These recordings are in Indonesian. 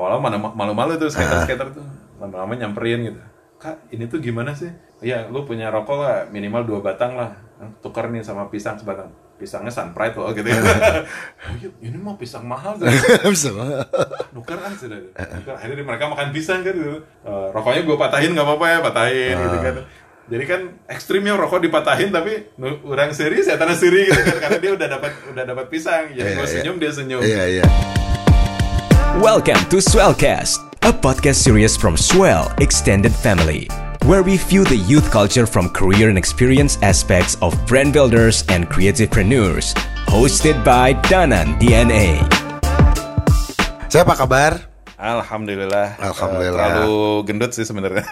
lama-lama malu-malu tuh skater tuh lama-lama nyamperin gitu, Kak ini tuh gimana sih? Ya lu punya rokok lah minimal 2 batang lah, tukar nih sama pisang sebatang, pisangnya Sunpride loh gitu ya. Oh iya ini mah pisang mahal tuh. Bisa banget. Nukar sudah. Akhirnya mereka makan pisang kan gitu. Rokoknya gue patahin nggak apa-apa ya, patahin gitu kan. Jadi kan ekstrimnya rokok dipatahin tapi orang seri saya tanah seri gitu kan, karena dia udah dapat pisang. Jadi gue senyum dia senyum. Iya. Welcome to Swellcast, a podcast series from Swell Extended Family, where we view the youth culture from career and experience aspects of brand builders and creativepreneurs. Hosted by Danan DNA. Saya apa kabar? Alhamdulillah. Alhamdulillah. Terlalu gendut sih sebenarnya.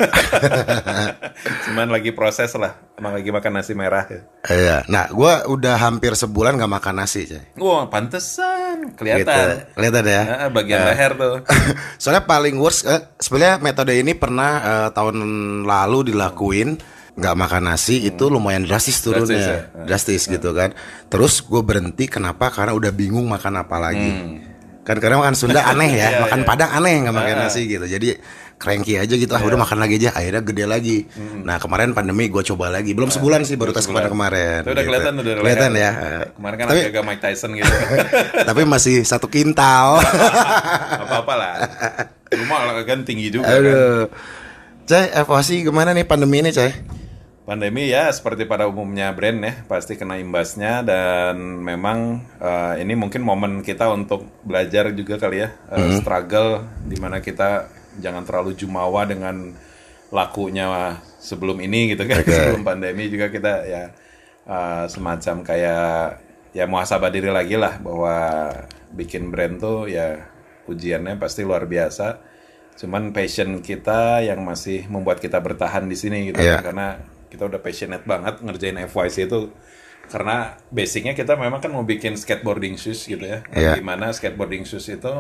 Cuman lagi proses lah. Emang lagi makan nasi merah. Iya. Nah, gue udah hampir sebulan gak makan nasi, Cay. Wah, pantesan. Kelihatan. Gitu. Kelihatan ya. Bagian leher tuh. Soalnya paling worst, sebenarnya metode ini pernah tahun lalu dilakuin. Nggak makan nasi itu lumayan drastis turunnya. Drastis gitu kan. Terus gue berhenti, kenapa? Karena udah bingung makan apa lagi. Kan karena makan Sunda aneh ya, makan Padang aneh nggak makan nasi gitu. Jadi cranky aja gitu, udah makan lagi aja, akhirnya gede lagi. Nah kemarin pandemi gue coba lagi, belum sebulan sih, baru tes kemarin. Itu udah gitu. kelihatan ya. Kemarin kan agak Mike Tyson gitu. Tapi masih 1 kintal. Apa-apa lah. Rumah kan tinggi juga. Aduh. Cay, evaluasi gimana nih pandemi ini, Cay? Pandemi ya seperti pada umumnya brand ya, pasti kena imbasnya, dan memang ini mungkin momen kita untuk belajar juga kali ya, struggle dimana kita jangan terlalu jumawa dengan lakunya sebelum ini gitu kan. Sebelum pandemi juga kita ya semacam kayak ya muhasabah diri lagi lah, bahwa bikin brand tuh ya ujiannya pasti luar biasa. Cuman passion kita yang masih membuat kita bertahan di sini gitu, karena kita udah passionate banget ngerjain FYC itu, karena basicnya kita memang kan mau bikin skateboarding shoes gitu ya, dimana skateboarding shoes itu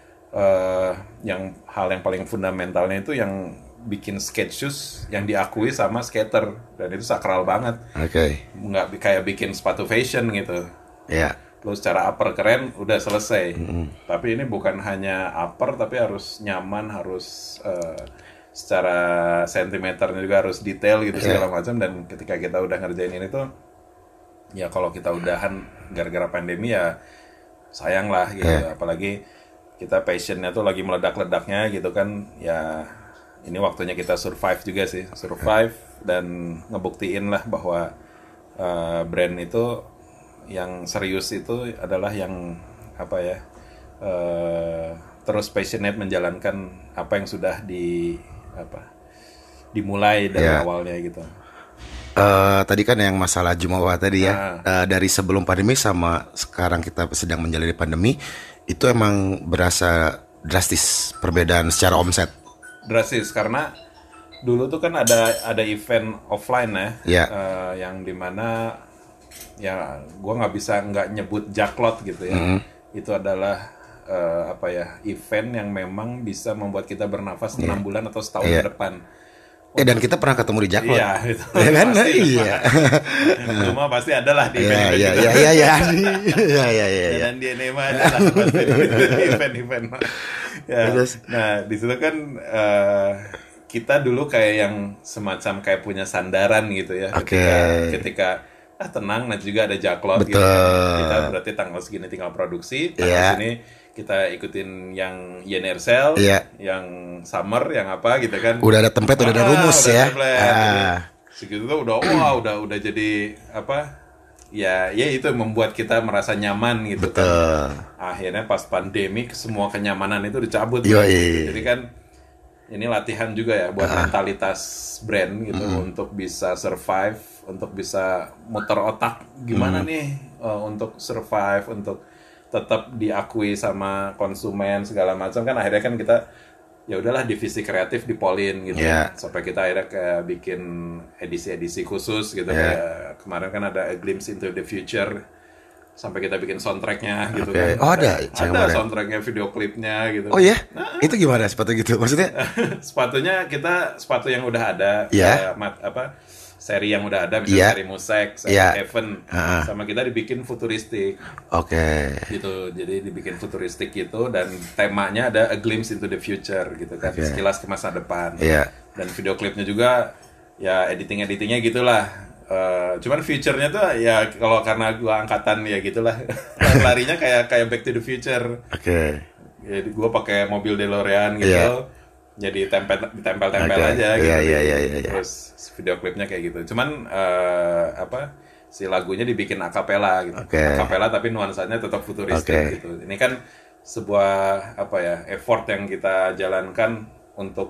yang hal yang paling fundamentalnya itu yang bikin skate shoes yang diakui sama skater, dan itu sakral banget. Nggak kayak bikin sepatu fashion gitu. Lu secara upper keren udah selesai. Tapi ini bukan hanya upper, tapi harus nyaman, harus secara sentimeternya juga harus detail gitu segala macam. Dan ketika kita udah ngerjain ini tuh, ya kalau kita udahan gara-gara pandemi ya sayang lah gitu. Apalagi kita passionnya tuh lagi meledak-ledaknya gitu kan. Ya ini waktunya kita survive juga sih, dan ngebuktiin lah bahwa brand itu yang serius itu adalah yang apa ya, terus passionate menjalankan apa yang sudah dimulai dari awalnya gitu. Tadi kan yang masalah jumawa tadi ya, dari sebelum pandemi sama sekarang kita sedang menjalani pandemi, itu emang berasa drastis perbedaan secara omset. Drastis karena dulu tuh kan ada event offline ya, yang dimana ya gue nggak nyebut jaklot gitu ya. Itu adalah event yang memang bisa membuat kita bernafas 6 bulan atau setahun ke depan. Dan kita pernah ketemu di jaklot. Iya, itu. Ya kan? Pasti, iya. Cuma pasti ada lah di event. Iya. Dan di Enema ada lah pasti event. Ya. Nah, di situ kan kita dulu kayak yang semacam kayak punya sandaran gitu ya. Ketika tenang, nanti juga ada jaklot gitu. Kita berarti tanggal segini tinggal produksi, tanggal sini kita ikutin yang Yenersel, yang Summer, yang apa gitu kan. Udah ada template, udah ada rumus ya. Segitu tuh udah jadi apa? Ya itu membuat kita merasa nyaman gitu kan. Akhirnya pas pandemi semua kenyamanan itu dicabut. Jadi kan ini latihan juga ya buat mentalitas brand gitu, untuk bisa survive, untuk bisa muter otak gimana nih untuk survive, untuk tetap diakui sama konsumen segala macam kan. Akhirnya kan kita ya udahlah divisi kreatif dipolin gitu, sampai kita akhirnya kayak bikin edisi khusus gitu. Kayak kemarin kan ada A Glimpse into the Future, sampai kita bikin soundtracknya gitu kan. Ada soundtracknya, video klipnya gitu. Oh ya? Itu gimana sepatu gitu? Maksudnya? Sepatunya kita sepatu yang udah ada, seri yang udah ada, misalnya seri Musek, seri Heaven, sama kita dibikin futuristik. Gitu, jadi dibikin futuristik gitu, dan temanya ada A Glimpse into the Future gitu kan, sekilas ke masa depan. Dan video klipnya juga ya editingnya gitulah. Cuman future-nya tuh ya kalau karena gua angkatan ya gitulah. Larinya kayak Back to the Future. Jadi gua pakai mobil DeLorean gitu. Jadi ditempel-tempel aja gitu. Terus video klipnya kayak gitu. Cuman si lagunya dibikin akapela gitu. Akapela tapi nuansanya tetap futuristik gitu. Ini kan sebuah effort yang kita jalankan untuk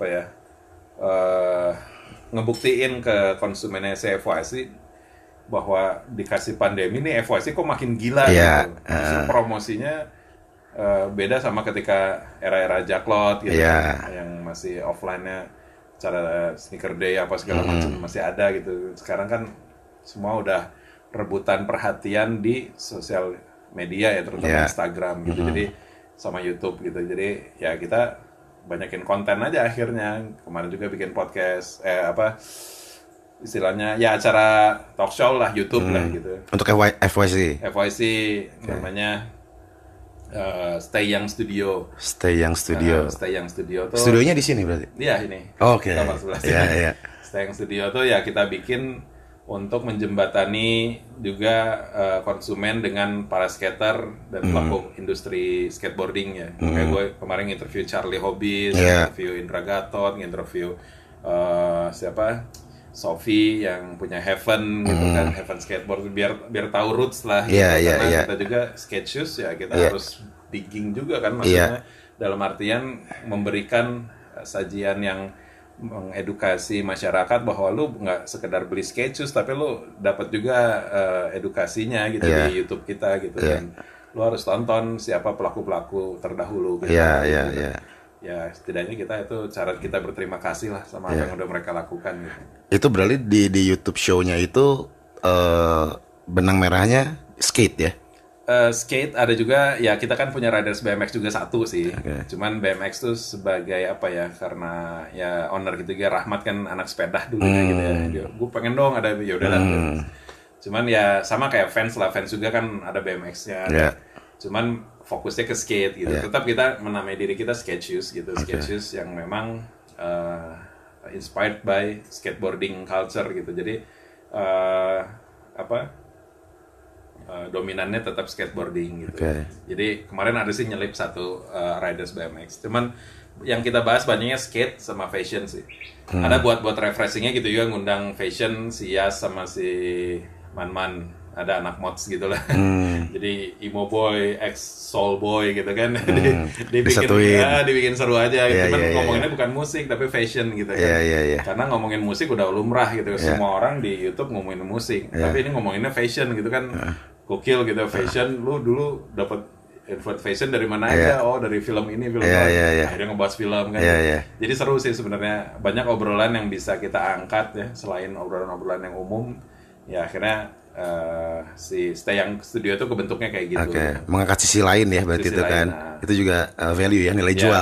ngebuktiin ke konsumennya FYC bahwa dikasih pandemi nih FYC kok makin gila gitu. Promosinya beda sama ketika era-era Jacklot gitu yang masih offline-nya cara sneaker day apa segala macam masih ada gitu. Sekarang kan semua udah rebutan perhatian di sosial media ya, terutama Instagram gitu. Jadi sama YouTube gitu. Jadi ya kita banyakin konten aja akhirnya. Kemarin juga bikin podcast istilahnya ya acara talk show lah, YouTube lah gitu. Untuk FYC namanya Stay Young Studio. Stay Young Studio tuh. Studionya di sini berarti? Iya ini. Stay Young Studio tuh ya kita bikin untuk menjembatani juga konsumen dengan para skater dan pelaku industri skateboarding ya. Kayak gue kemarin interview Charlie Hobbs, interview Indra Gatot, interview Sophie yang punya Heaven gitu kan, Heaven Skateboard, biar tahu roots lah gitu. Karena kita juga skate shoes ya kita harus digging juga kan, maksudnya dalam artian memberikan sajian yang mengedukasi masyarakat bahwa lu nggak sekedar beli skate shoes tapi lu dapat juga edukasinya gitu di YouTube kita gitu kan. Lu harus tonton siapa pelaku-pelaku terdahulu gitu. Ya setidaknya kita itu cara kita berterima kasih lah sama apa yang udah mereka lakukan gitu. Itu berarti di YouTube show-nya itu benang merahnya skate ya? Skate ada juga ya, kita kan punya Riders BMX juga satu sih. Cuman BMX tuh sebagai karena ya owner gitu ya, Rahmat kan anak sepeda dulu gitu ya. Gue pengen dong ada, ya udahlah. Cuman ya sama kayak fans juga kan ada BMX-nya. Cuman fokusnya ke skate gitu. Tetap kita menamai diri kita skate shoes gitu. Skate shoes yang memang inspired by skateboarding culture gitu. Jadi dominannya tetap skateboarding gitu. Jadi kemarin ada sih nyelip satu Riders BMX. Cuman yang kita bahas banyaknya skate sama fashion sih. Ada buat refreshingnya gitu juga, ngundang fashion si Yas sama si Man. Ada anak mods gitu lah. Jadi emo boy, ex soul boy gitu kan. Dibikin seru aja gitu. Cuman ngomonginnya bukan musik tapi fashion gitu kan. Karena ngomongin musik udah lumrah gitu. Semua orang di YouTube ngomongin musik. Tapi ini ngomonginnya fashion gitu kan. Gokil gitu fashion. Lu dulu dapat info fashion dari mana aja? Oh, dari film ini, film itu. Akhirnya ngebahas film kan. Jadi seru sih sebenarnya. Banyak obrolan yang bisa kita angkat ya, selain obrolan-obrolan yang umum. Ya akhirnya si Stay Young Studio itu kebentuknya kayak gitu. Mengangkat sisi lain ya berarti sisi itu lain, kan. Itu juga value ya, nilai jual.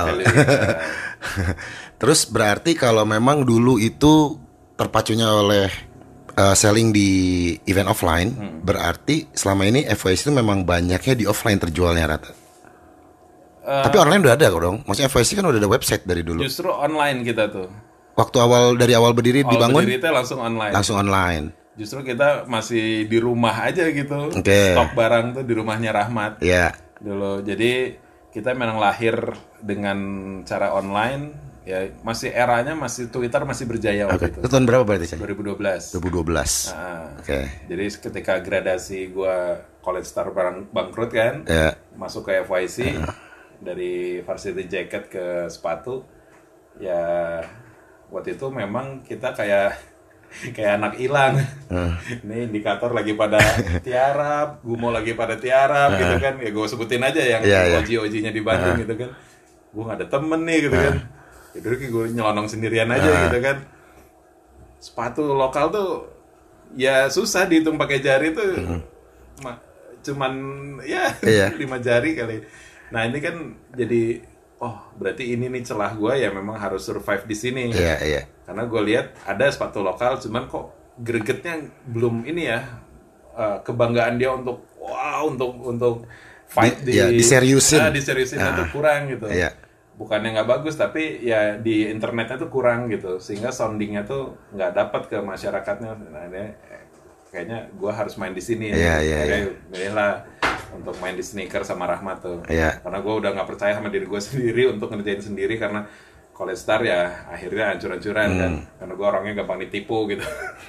Terus berarti kalau memang dulu itu terpacunya oleh selling di event offline, berarti selama ini FYC itu memang banyaknya di offline terjualnya rata. Tapi online udah ada kok dong. Maksudnya FYC kan udah ada website dari dulu. Justru online kita tuh. Waktu dari awal berdiri dibangun. Berdiri itu langsung online. Langsung online. Justru kita masih di rumah aja gitu. Stok barang tuh di rumahnya Rahmat. Dulu. Jadi kita memang lahir dengan cara online. Ya masih eranya masih Twitter masih berjaya waktu itu. Itu tahun berapa berarti? 2012. Jadi ketika gradasi gua College Star bangkrut kan. Masuk ke FYC dari varsity jacket ke sepatu. Ya waktu itu memang kita kayak anak hilang. Ini indikator lagi pada tiarap, gumo lagi pada tiarap gitu kan. Ya gue sebutin aja yang OG-OG-nya di Bandung gitu kan. Gue gak ada temen nih gitu kan. Ya dulu gue nyelonong sendirian aja gitu kan. Sepatu lokal tuh ya susah dihitung pakai jari tuh. Cuman ya 5 jari kali. Nah ini kan jadi oh berarti ini nih celah gue ya, memang harus survive di sini. Iya. Karena gue lihat ada sepatu lokal, cuman kok gregetnya belum ini ya, kebanggaan dia untuk untuk fight diseriusin. Diseriusin itu kurang gitu. Iya. Bukannya nggak bagus, tapi ya di internetnya tuh kurang gitu, sehingga soundingnya tuh nggak dapat ke masyarakatnya. Nah ini kayaknya gue harus main di sini. Milihlah untuk main di sneaker sama Rahmat tuh. Karena gue udah nggak percaya sama diri gue sendiri untuk ngerjain sendiri, karena College Star ya akhirnya hancur-hancuran kan, karena gue orangnya gampang ditipu gitu.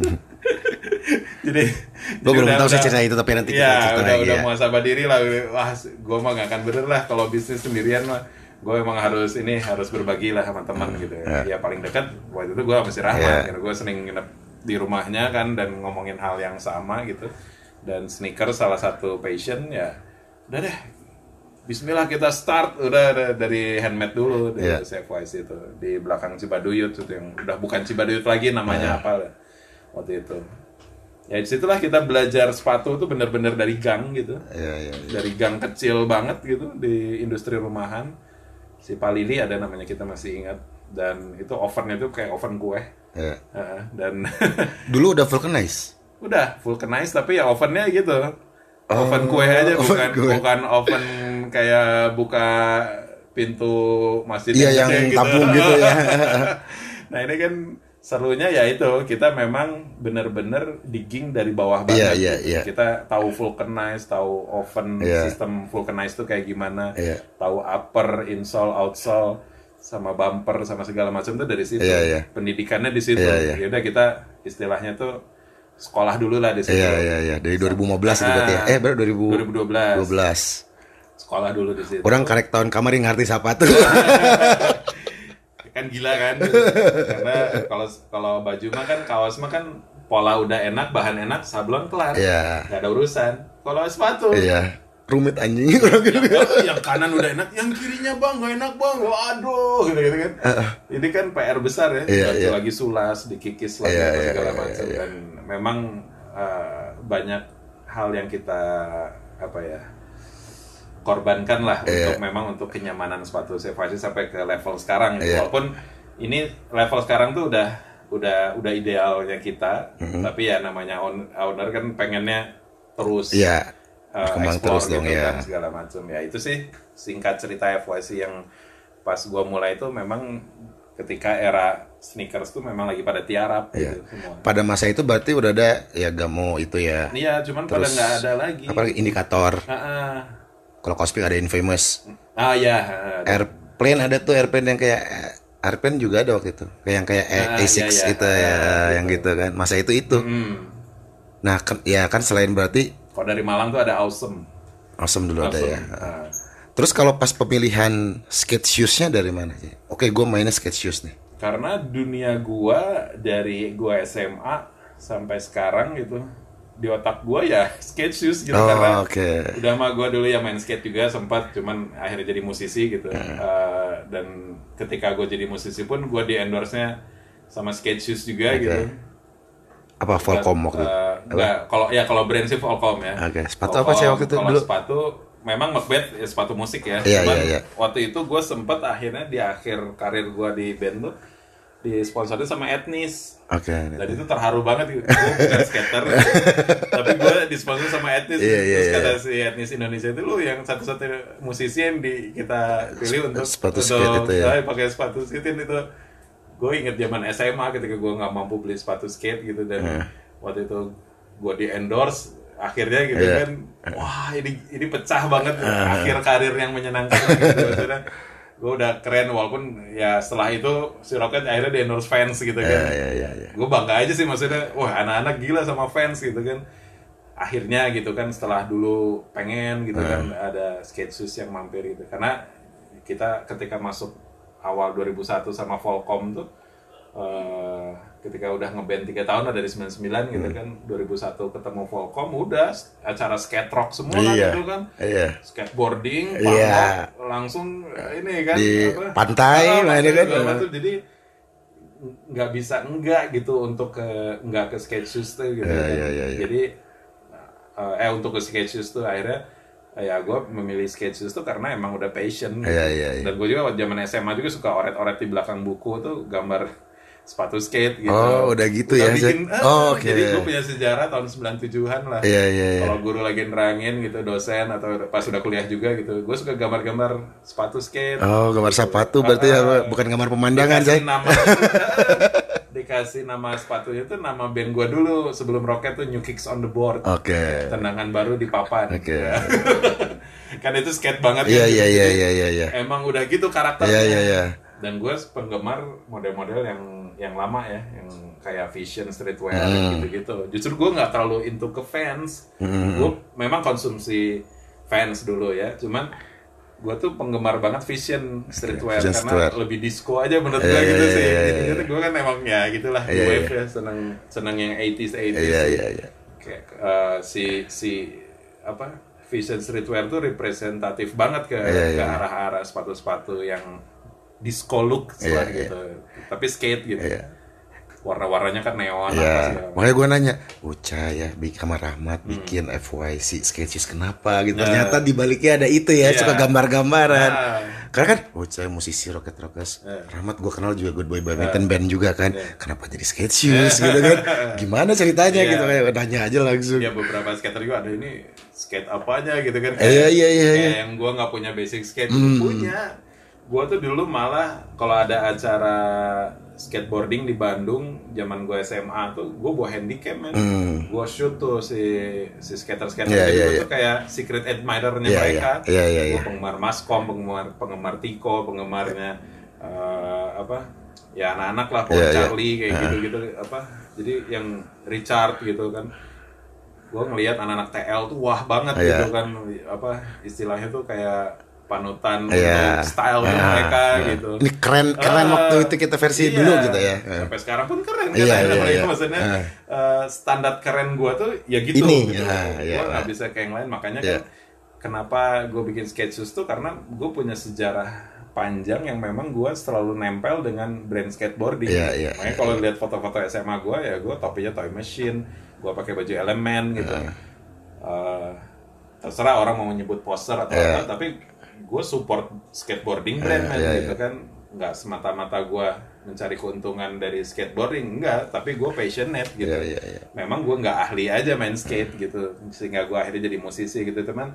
jadi gue belum tahu sih cerita itu, tapi nanti kita cerita lagi udah muhasabah diri lah. Wah, gue mah gak akan bener lah kalau bisnis sendirian mah. Gue emang harus berbagi lah sama teman gitu. Ya paling dekat waktu itu gue masih Rahmat, karena gue sering nginep di rumahnya kan, dan ngomongin hal yang sama gitu. Dan sneaker salah satu passion ya. Udah deh, bismillah kita start. Udah dari handmade dulu dari CFYC itu di belakang Cibaduyut itu, yang udah bukan Cibaduyut lagi namanya apa lah waktu itu. Ya disitulah kita belajar sepatu tuh bener-bener dari gang gitu. Dari gang kecil banget gitu di industri rumahan. Si Palili ada namanya, kita masih ingat, dan itu ovennya tuh kayak oven kue. Dan dulu udah vulcanize. Udah vulcanize, tapi ya ovennya gitu. Oven kue aja, bukan oven kayak buka pintu masjid yang gitu. tabung gitu ya. Nah ini kan serunya ya itu, kita memang bener-bener digging dari bawah banget. Kita tahu vulcanize, tahu oven sistem vulcanize itu kayak gimana, tahu upper, insole, outsole, sama bumper, sama segala macam tuh dari situ. Pendidikannya di situ. Ya udah kita istilahnya tuh sekolah dulu lah di situ. Dari 2015 gitu berarti ya. Berarti 2012. Sekolah dulu di situ. Orang karek tahun kamari ngerti siapa tuh. Kan gila kan, karena kalau baju mah kan, kaos mah kan pola udah enak, bahan enak, sablon kelar, nggak ada urusan. Kalau sepatu rumit anjing. Yang kanan udah enak, yang kirinya bang nggak enak bang, waduh gitu kan. Ini kan PR besar ya, lagi sulas, dikikis lagi segala macam, dan memang banyak hal yang kita korbankan lah untuk kenyamanan sepatu CFYC sampai ke level sekarang gitu. Walaupun ini level sekarang tuh udah idealnya kita, tapi ya namanya owner kan pengennya terus explore gitu kan, segala macam. Ya itu sih singkat cerita FYC yang pas gua mulai itu memang ketika era sneakers tuh memang lagi pada tiarap gitu semua. Pada masa itu berarti udah ada ya Gamo itu ya. Iya, cuman terus, pada nggak ada lagi. Apalagi indikator. Kalau Cosmic ada Infamous. Airplane ada tuh, Airplane yang kayak Airplane juga ada waktu itu. Kayak A6 gitu yang gitu kan. Masa itu. Nah, kan selain berarti kalau dari Malang tuh ada Awesome. Awesome dulu ada ya. Terus kalau pas pemilihan skate shoes-nya dari mana sih? Oke, gue mainnya skate shoes nih. Karena dunia gua dari gua SMA sampai sekarang gitu, di otak gua ya skate shoes gitu, karena udah mah gua dulu ya main skate juga sempat, cuman akhirnya jadi musisi gitu. Dan ketika gua jadi musisi pun gua di endorse-nya sama skate shoes juga gitu. Apa Volcom waktu itu? Enggak, kalau brand sih Volcom ya. Sepatu apa sih waktu itu dulu? Kalau sepatu memang Macbeth ya, sepatu musik ya. Waktu itu gue sempet akhirnya di akhir karir gue di band tuh disponsorin sama Etnis. Dan itu terharu banget. Gue bukan skater, tapi gue disponsorin sama Etnis. Terus kata si Etnis Indonesia itu, lu yang satu-satunya musisi yang kita pilih untuk sepatu skate itu ya. Pakai sepatu skate itu. Gue inget zaman SMA ketika gue nggak mampu beli sepatu skate gitu, dan waktu itu gue di endorse. Akhirnya gitu kan, wah ini pecah banget, akhir karir yang menyenangkan gitu. Maksudnya gue udah keren, walaupun ya setelah itu si Rocket akhirnya di endorse fans gitu kan. Gue bangga aja sih, maksudnya wah anak-anak gila sama fans gitu kan. Akhirnya gitu kan, setelah dulu pengen gitu kan ada skate shoes yang mampir gitu. Karena kita ketika masuk awal 2001 sama Volcom tuh, ketika udah ngeband 3 tahun lah dari 99 gitu kan, 2001 ketemu Volcom, udah acara skate rock semua kan gitu kan, skateboarding, langsung ini kan di pantai ini kan, jadi nggak bisa enggak gitu untuk nggak ke skate shoes tuh gitu kan. Jadi untuk ke skate shoes tuh akhirnya ya gue memilih skate shoes tuh karena emang udah passion. Iya. Dan gue juga waktu zaman SMA juga suka oret-oret di belakang buku tuh gambar sepatu skate gitu. Oh, udah gitu ya. Bikin, Oke. Jadi gue punya sejarah tahun 97-an lah. Iya. Kalau guru lagi nerangin gitu, dosen atau pas udah kuliah juga gitu, gue suka gambar-gambar sepatu skate. Oh, gambar sepatu berarti bukan gambar pemandangan, Jay. Dikasih nama sepatunya tuh nama band gue dulu sebelum Rocket tuh New Kicks on the Board. Oke. Tendangan baru di papan. Oke. Kan itu skate banget. Iya. Emang udah gitu karakternya. Iya. Dan gue penggemar model-model yang lama ya, yang kayak Vision, streetwear gitu-gitu. Justru gue nggak terlalu into ke fans. Gue memang konsumsi fans dulu ya, cuman gue tuh penggemar banget Vision streetwear karena lebih disco aja menurut gue gitu sih. Jadi gue kan emang ya gitulah wave ya, seneng yang 80s. Iya. Kayak si apa Vision streetwear tuh representatif banget ke arah-arah sepatu-sepatu yang disco look gitu. Tapi skate gitu. Warna-warnanya kan neon apa sih. Makanya gue nanya, Uca ya, Kamar Rahmat bikin FYC skate shoes kenapa gitu. Ternyata di baliknya ada itu ya, suka gambar-gambaran. Karena kan Uca musisi Rocket Rockers, Rahmat gue kenal juga Good Boy Badminton Band juga kan. Kenapa jadi skate shoes gitu kan? Gimana ceritanya gitu, kayak nanya aja langsung. Ya beberapa skater juga ada ini skate apanya gitu kan. Iya. Kayak yang gue nggak punya basic skate, punya. Gue tuh dulu malah kalau ada acara skateboarding di Bandung zaman gue SMA tuh gue bawa handycam men. Gue shoot tuh si skater-skater itu tuh kayak secret admirer-nya mereka. Gue penggemar Maskom, penggemar Tiko, penggemarnya ya anak-anak lah, Paul Charlie kayak gitu-gitu apa. Jadi yang Richard gitu kan. Gue ngelihat anak-anak TL tuh wah banget gitu kan, apa istilahnya tuh kayak panutan untuk style mereka gitu. Ini keren waktu itu kita versi dulu gitu ya. Sampai sekarang pun keren kan. Maksudnya standar keren gue tuh ya gitu. Gue nggak bisa kayak yang lain. Makanya kan kenapa gue bikin skate shoes tuh karena gue punya sejarah panjang yang memang gue selalu nempel dengan brand skateboarding. Makanya kalau lihat foto-foto SMA gue ya gue topinya Toy Machine, gue pakai baju Elemen gitu. Terserah orang mau menyebut poster atau apa, tapi gue support skateboarding brand gitu kan, nggak semata-mata gue mencari keuntungan dari skateboarding, enggak, tapi gue passionate gitu. Memang gue nggak ahli aja main skate gitu, sehingga gue akhirnya jadi musisi gitu teman.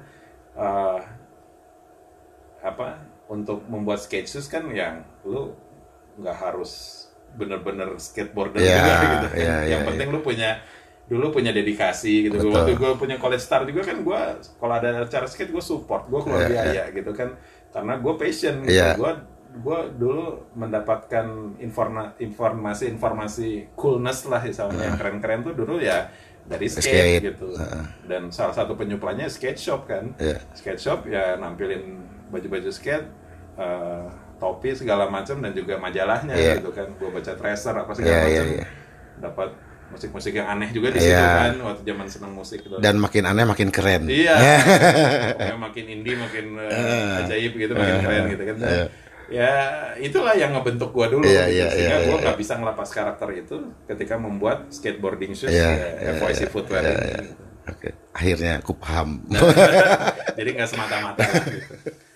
Untuk membuat skate shoes kan yang lu nggak harus bener-bener skateboarder juga gitu. Yang penting lu dulu punya dedikasi gitu. Waktu gue punya college star juga kan, gue kalau ada acara skate gue support, gue keluar biaya gitu kan, karena gue passion gitu. Gue dulu mendapatkan informasi coolness lah misalnya yang keren-keren tuh dulu ya dari skate gitu. Dan salah satu penyuplainya skate shop kan. Skate shop ya nampilin baju-baju skate, topi segala macam, dan juga majalahnya gitu kan. Gue baca Tracer apa segala macam. Dapat musik-musik yang aneh juga di situ kan, waktu zaman senang musik gitu. Dan makin aneh makin keren. Pokoknya makin indie makin ajaib gitu, makin keren gitu kan. Ya itulah yang ngebentuk gua dulu gitu. Sehingga gua nggak bisa ngelepas karakter itu ketika membuat skateboarding shoes FYC Footwear ini. Oke, akhirnya aku paham. Jadi nggak semata-mata gitu.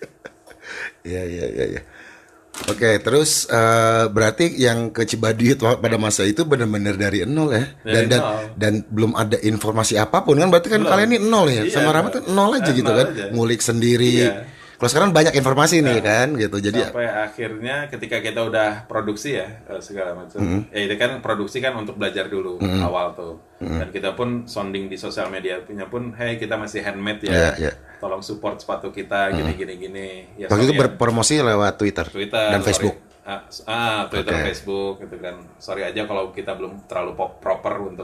Iya. Oke, terus berarti yang ke Cibaduyut pada masa itu benar-benar dari nol ya, dan belum ada informasi apapun kan, berarti kan kalian ini nol ya, sama Rahmat tuh nol aja gitu kan, ngulik sendiri. Kalau sekarang banyak informasi nih kan, gitu. Jadi sampai akhirnya ketika kita udah produksi ya segala macam, ya itu kan produksi kan untuk belajar dulu awal tuh, dan kita pun sounding di sosial media punya pun, hey kita masih handmade ya. Tolong support sepatu kita gini. Ya, waktu itu berpromosi lewat Twitter dan Facebook. Twitter, Facebook gitu kan. Sorry aja kalau kita belum terlalu proper untuk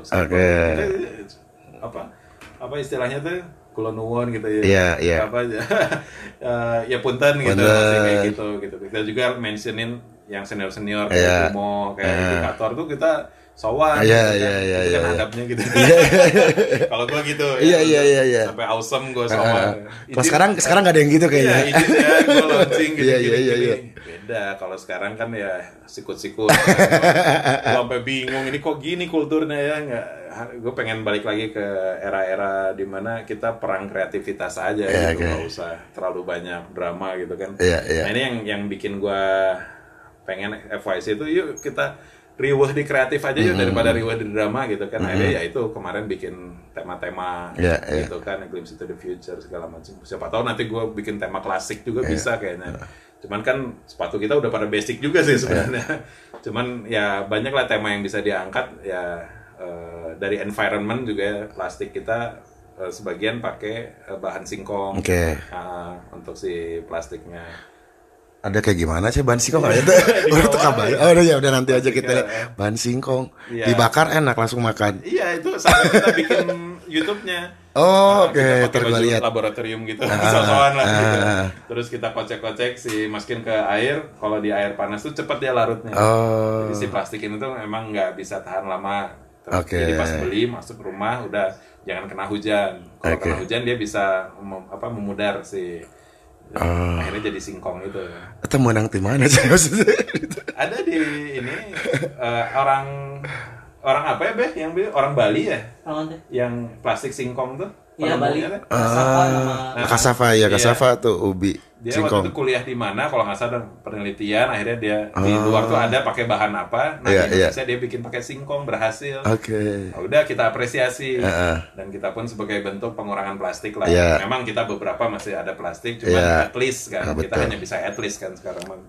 apa istilahnya tuh kula nuwun gitu ya. Apa ya punten gitu, masih kayak gitu. Kita juga mentionin yang senior kayak Kumo, kayak Indikator tuh kita sowan itu kan adabnya gitu. Kalau gue gitu sampai awesome gue sowan. Kalau sekarang nggak ada yang gitu kayaknya. Gue launching gitu. beda. Kalau sekarang kan ya sikut-sikut. Gua sampai bingung ini kok gini kulturnya ya. Gue pengen balik lagi ke era-era dimana kita perang kreativitas aja gitu, nggak usah terlalu banyak drama gitu kan. Nah ini yang bikin gue pengen FYC itu yuk kita riweh di kreatif aja yuk daripada riweh di drama gitu kan. Akhirnya ya itu kemarin bikin tema-tema gitu kan, Glimpse into the Future segala macam. Siapa tahu nanti gue bikin tema klasik juga bisa kayaknya. Cuman kan sepatu kita udah pada basic juga sih sebenarnya. Cuman ya banyak lah tema yang bisa diangkat ya, dari environment juga ya, plastik kita sebagian pakai bahan singkong untuk si plastiknya. Ada kayak gimana sih bahan singkong itu? Baru tuh kabar. Oh udah nanti aja kita lihat bahan singkong. Dibakar enak langsung makan. Iya itu sampai kita bikin YouTube-nya. Oh oke, kita lihat laboratorium gitu, soal-soalan lah gitu. Terus kita kocek-kocek masukin ke air. Kalau di air panas tuh cepet dia larutnya. Jadi si plastik ini tuh emang nggak bisa tahan lama. Jadi pas beli masuk rumah udah jangan kena hujan. Kalau kena hujan dia bisa memudar si. Akhirnya jadi singkong itu. Atau menang di mana sih maksudnya? Ada di ini orang apa ya Beh? Orang Bali ya? Yang plastik singkong tuh? Iya Bali. Kasava tuh ubi. Dia singkong. waktu itu kuliah di mana? Kalau nggak salah penelitian, akhirnya dia di luar tuh ada pakai bahan apa? Nah di Indonesia dia bikin pakai singkong berhasil. Nah, udah kita apresiasi dan kita pun sebagai bentuk pengurangan plastik lah. Memang kita beberapa masih ada plastik, cuma at least kan kita hanya bisa at least kan sekarang mah.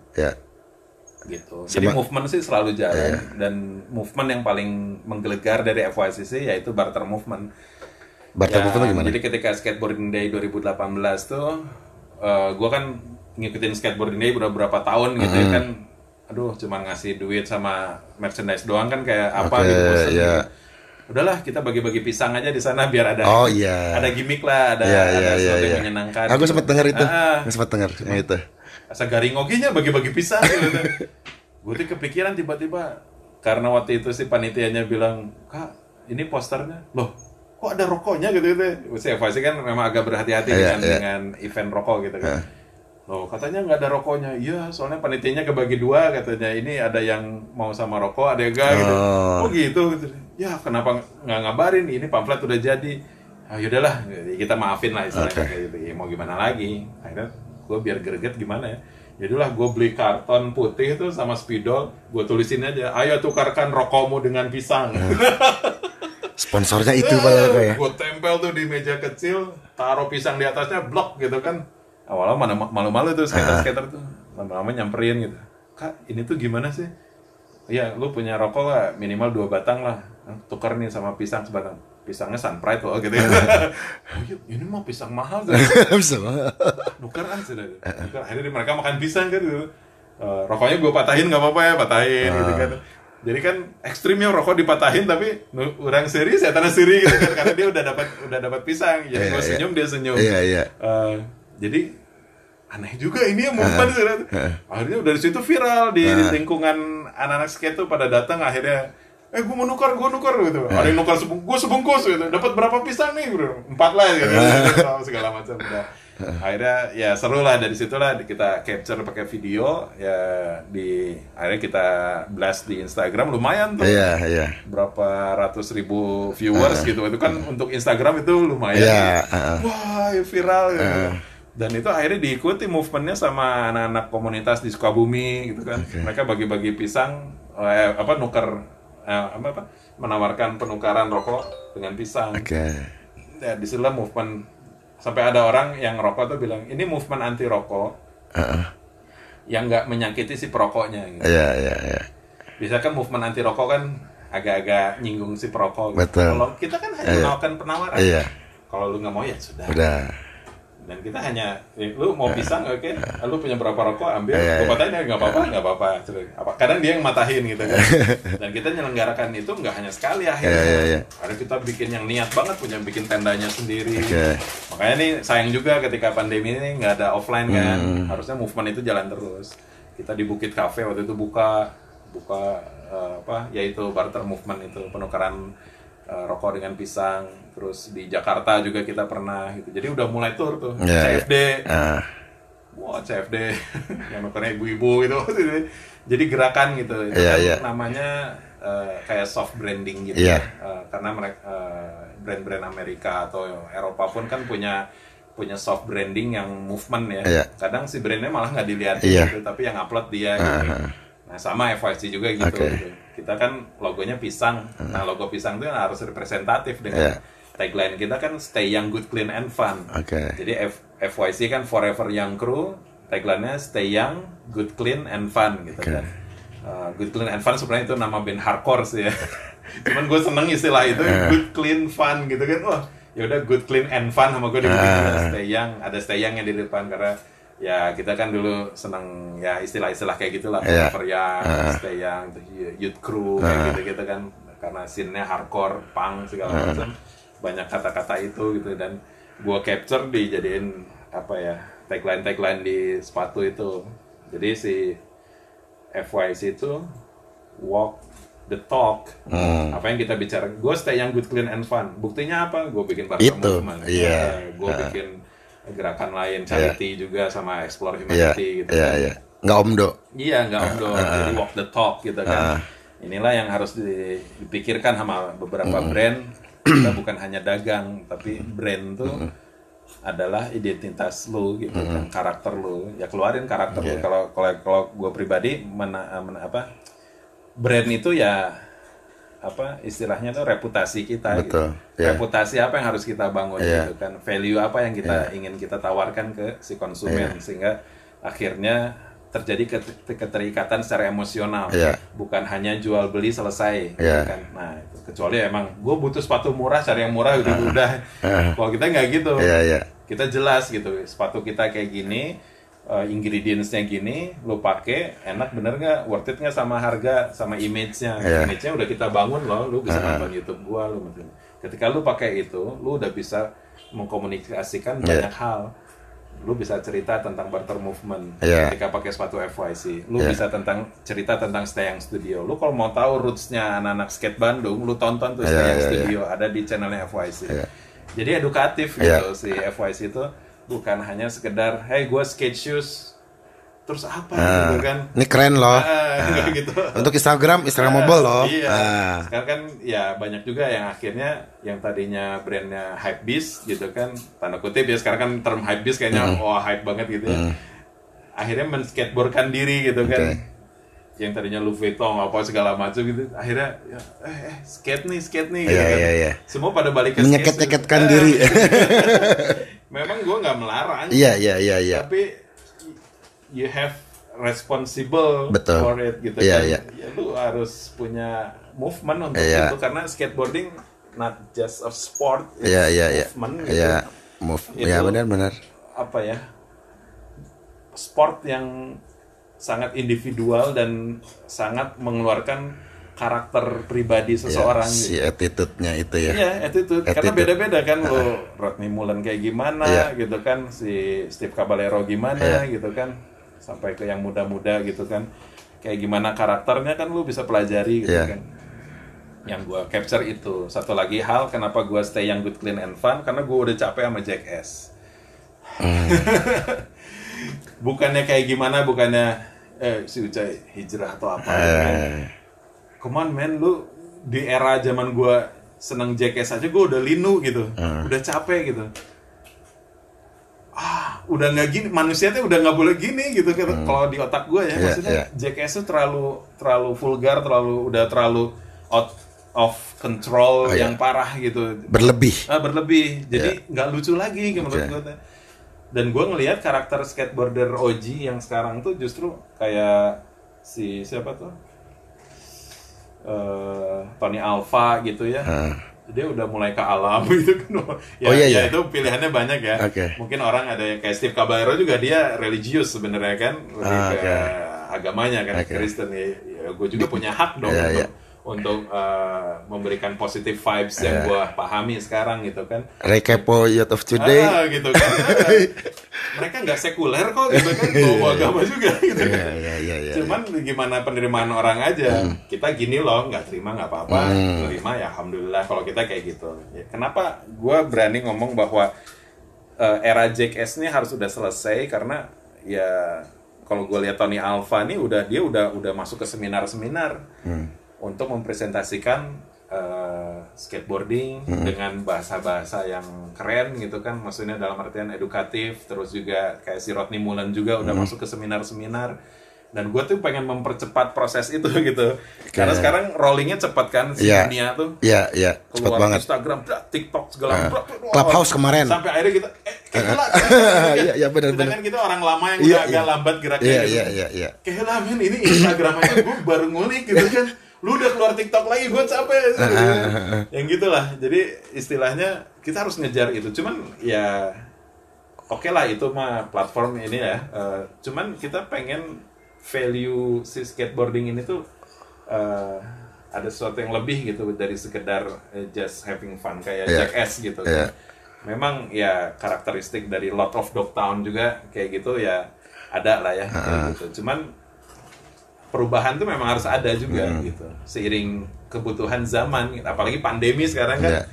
Gitu. Jadi movement sih selalu jalan dan movement yang paling menggelegar dari FYCC yaitu barter movement. Barter movement gimana? Jadi ketika Skateboarding Day 2018 tuh gue kan ngikutin Skateboarding Day udah berapa tahun gitu ya kan, aduh cuman ngasih duit sama merchandise doang kan kayak apa gitu. Udahlah kita bagi-bagi pisang aja di sana biar ada ada gimmick lah, ada sesuatu yang menyenangkan. Aku sempat dengar itu, yang itu. Asa garing oginya bagi-bagi pisang gitu. Gue tuh kepikiran tiba-tiba karena waktu itu si panitianya bilang, "Kak, ini posternya." Loh, kok ada rokoknya gitu. Saya pasti kan memang agak berhati-hati dengan event rokok gitu kan. Loh, katanya nggak ada rokoknya. Iya, soalnya panitianya kebagi dua katanya. Ini ada yang mau sama rokok, ada yang enggak gitu. Oh gitu. Ya, kenapa nggak ngabarin? Ini pamflet udah jadi. Ah, yaudahlah, kita maafin lah istilahnya kayak gitu. Ya, mau gimana lagi? Akhirnya gue biar greget gimana ya. Yaudahlah, gue beli karton putih itu sama spidol. Gue tulisin aja, ayo tukarkan rokokmu dengan pisang. Sponsornya itu padahal ya. Gue tempel tuh di meja kecil, taruh pisang di atasnya, blok gitu kan. Awalnya mana malu-malu tuh skater-skater tuh. Lama-lama nyamperin gitu. Kak, ini tuh gimana sih? Iya, lu punya rokok lah, minimal 2 batang lah. Tukar nih sama pisang sebatang. Pisangnya Sunpride loh gitu ya. Oh iya, ini mah pisang mahal tuh. Bisa mahal. Tukar aja deh. Akhirnya mereka makan pisang kan gitu. Rokoknya gue patahin gak apa-apa ya, patahin gitu kan. Jadi kan ekstrimnya rokok dipatahin tapi orang seri saya tanah seri gitu kan karena dia udah dapat pisang. Jadi gue senyum dia senyum. Jadi aneh juga ini yang movement. Akhirnya dari situ viral di lingkungan anak-anak skate tuh pada datang akhirnya gue mau nukar gitu. Ada yang nukar sebungkus gitu. Dapat berapa pisang nih bro? 4 lah gitu. Segala macam udah. Akhirnya ya seru lah, dari situlah kita capture pakai video ya, akhirnya kita blast di Instagram lumayan tuh. Berapa ratus ribu viewers gitu. Itu kan untuk Instagram itu lumayan. Wah, viral gitu. Dan itu akhirnya diikuti movementnya sama anak-anak komunitas di Sukabumi gitu kan. Mereka bagi-bagi pisang menawarkan penukaran rokok dengan pisang. Ya disitulah movement. Sampai ada orang yang rokok tuh bilang, ini movement anti rokok yang nggak menyakiti si perokoknya gitu. Biasanya kan movement anti rokok kan agak-agak nyinggung si perokok gitu. Kalau kita kan hanya menawarkan penawaran. Kalau lu nggak mau ya sudah. Dan kita hanya, lu mau pisang oke, lu punya berapa rokok ambil, gue patahin ya nggak apa-apa. Kadang dia yang matahin gitu kan. Dan kita nyelenggarakan itu nggak hanya sekali akhirnya. Karena kita bikin yang niat banget, punya bikin tendanya sendiri. Makanya nih sayang juga ketika pandemi ini nggak ada offline kan. Harusnya movement itu jalan terus. Kita di Bukit Cafe waktu itu buka yaitu barter movement itu, penukaran rokok dengan pisang. Terus di Jakarta juga kita pernah gitu. Jadi udah mulai tur tuh CFD. wah CFD yang nontonnya ibu-ibu gitu. Jadi gerakan gitu. Itu kan namanya kayak soft branding gitu. Karena mereka brand-brand Amerika atau Eropa pun kan punya soft branding yang movement ya. Kadang si brandnya malah nggak dilihat gitu, tapi yang upload dia gitu. Nah sama FYC juga gitu. Kita kan logonya pisang. Nah logo pisang itu harus representatif dengan tagline kita kan Stay Young, Good, Clean, and Fun. Jadi FYC kan Forever Young Crew. Tagline-nya Stay Young, Good, Clean, and Fun gitu kan. Good, Clean, and Fun sebenarnya itu nama band hardcore sih ya. Cuman gue seneng istilah itu Good, Clean, Fun gitu kan. Wah ya udah Good, Clean, and Fun sama gue dibikin Stay Young. Ada Stay Young yang di depan karena ya kita kan dulu seneng ya istilah-istilah kayak gitulah. Forever Young, Stay Young, Youth Crew kayak gitu-gitu kan. Karena scene-nya hardcore, punk segala macam. Banyak kata-kata itu gitu dan gue capture dijadiin apa ya tagline di sepatu itu. Jadi si FYC itu walk the talk. Apa yang kita bicara, gue stay young, good, clean, and fun. Buktinya apa? Gue bikin barter movement. Gue bikin gerakan lain, charity juga sama explore humanity gitu kan. Nggak omdo. Iya, nggak omdo. Jadi walk the talk gitu kan. Inilah yang harus dipikirkan sama beberapa brand. Kita bukan hanya dagang, tapi brand tuh adalah identitas lu gitu kan, karakter lu. Ya keluarin karakter lu. Kalau gue pribadi brand itu ya apa istilahnya tuh reputasi kita gitu. Reputasi apa yang harus kita bangun gitu kan. Value apa yang kita ingin kita tawarkan ke si konsumen sehingga akhirnya terjadi keterikatan secara emosional, bukan hanya jual beli selesai, gitu kan. Nah, itu. Kecuali emang gue butuh sepatu murah, cari yang murah udah. Kalau kita nggak gitu, kita jelas gitu, sepatu kita kayak gini, ingredients-nya gini, lu pakai, enak bener nggak, worth it nggak sama harga, sama image-nya, image-nya udah kita bangun loh, lu bisa nonton YouTube gua, lu ketika lu pakai itu, lu udah bisa mengkomunikasikan banyak hal. Lu bisa cerita tentang barter movement ketika pakai sepatu FYC. Lu bisa cerita tentang Stay Young Studio. Lu kalau mau tahu roots-nya anak-anak skate Bandung, lu tonton tuh Stay Young Studio ada di channelnya FYC. Jadi edukatif gitu si FYC itu bukan hanya sekedar hey gue skate shoes terus apa gitu kan. Ini keren loh. Gitu. Untuk Instagram mobile loh. Iya. Sekarang kan ya banyak juga yang akhirnya yang tadinya brandnya Hypebeast gitu kan, tanda kutip ya sekarang kan term Hypebeast kayaknya hype banget gitu ya. Akhirnya men-skateboardkan diri gitu kan. Yang tadinya Louis Vuitton apa segala macam gitu. Akhirnya skate nih gitu kan. Semua pada balik ke skate. Menyeket-nyeketkan diri. Memang gue nggak melarang. Iya. Tapi you have responsible for it gitu kan. Ya, lu harus punya movement untuk itu karena skateboarding not just a sport, movement gitu. Ya benar. Apa ya? Sport yang sangat individual dan sangat mengeluarkan karakter pribadi seseorang si attitude-nya itu ya. Iya, attitude. Karena beda-beda kan lo Rodney Mullen kayak gimana gitu kan, si Steve Caballero gimana gitu kan, sampai ke yang muda-muda gitu kan. Kayak gimana karakternya kan lo bisa pelajari gitu kan. Yang gue capture itu. Satu lagi hal kenapa gue stay young, good, clean, and fun karena gue udah capek sama Jackass. Bukannya kayak gimana, bukannya si Ucai hijrah atau apa gitu kan. Come on man, lu di era zaman gue seneng Jackass aja gue udah linu gitu, udah capek gitu. Udah nggak gini, manusia tuh udah nggak boleh gini gitu. Kalau di otak gue ya, maksudnya Jackass tuh terlalu vulgar, terlalu out of control yang parah gitu. Berlebih. Jadi nggak lucu lagi menurut gue. Dan gue ngelihat karakter skateboarder OG yang sekarang tuh justru kayak si siapa tuh? Tony Alva gitu ya. Dia udah mulai ke alam gitu kan. Ya itu pilihannya banyak ya. Mungkin orang ada yang kayak Steve Caballero juga dia religius sebenarnya kan, lebih ke agamanya kan, Kristen ya. Gue juga punya hak dong untuk memberikan positive vibes yang gue pahami sekarang gitu kan. Rekepo Youth of Today. Gitu kan. Mereka nggak sekuler kok gitu kan, bawa agama juga gitu kan. Cuman gimana penerimaan orang aja. Kita gini loh, nggak terima nggak apa-apa, terima ya alhamdulillah kalau kita kayak gitu. Ya, kenapa gue berani ngomong bahwa era Jackass ini harus sudah selesai karena ya kalau gue lihat Tony Alva nih dia udah masuk ke seminar-seminar untuk mempresentasikan skateboarding dengan bahasa-bahasa yang keren gitu kan, maksudnya dalam artian edukatif. Terus juga kayak si Rodney Mullen juga udah masuk ke seminar-seminar, dan gue tuh pengen mempercepat proses itu gitu, karena sekarang rollingnya cepat kan si dunia tuh, cepat banget. Instagram, TikTok segala, Clubhouse kemarin sampai akhirnya kita iya benar. Kan kita orang lama yang udah agak lambat geraknya kayak lah men, ini Instagram aja gue baru ngulik gitu kan, lu udah keluar TikTok lagi, gue capek yang gitulah. Jadi istilahnya kita harus ngejar itu, cuman ya oke lah itu mah platform ini ya, cuman kita pengen value si skateboarding ini tuh ada sesuatu yang lebih gitu dari sekedar just having fun kayak Jackass gitu kan. Memang ya karakteristik dari Lot of Dogtown juga kayak gitu ya ada lah ya kayak gitu. Cuman perubahan tuh memang harus ada juga gitu, seiring kebutuhan zaman, apalagi pandemi sekarang kan.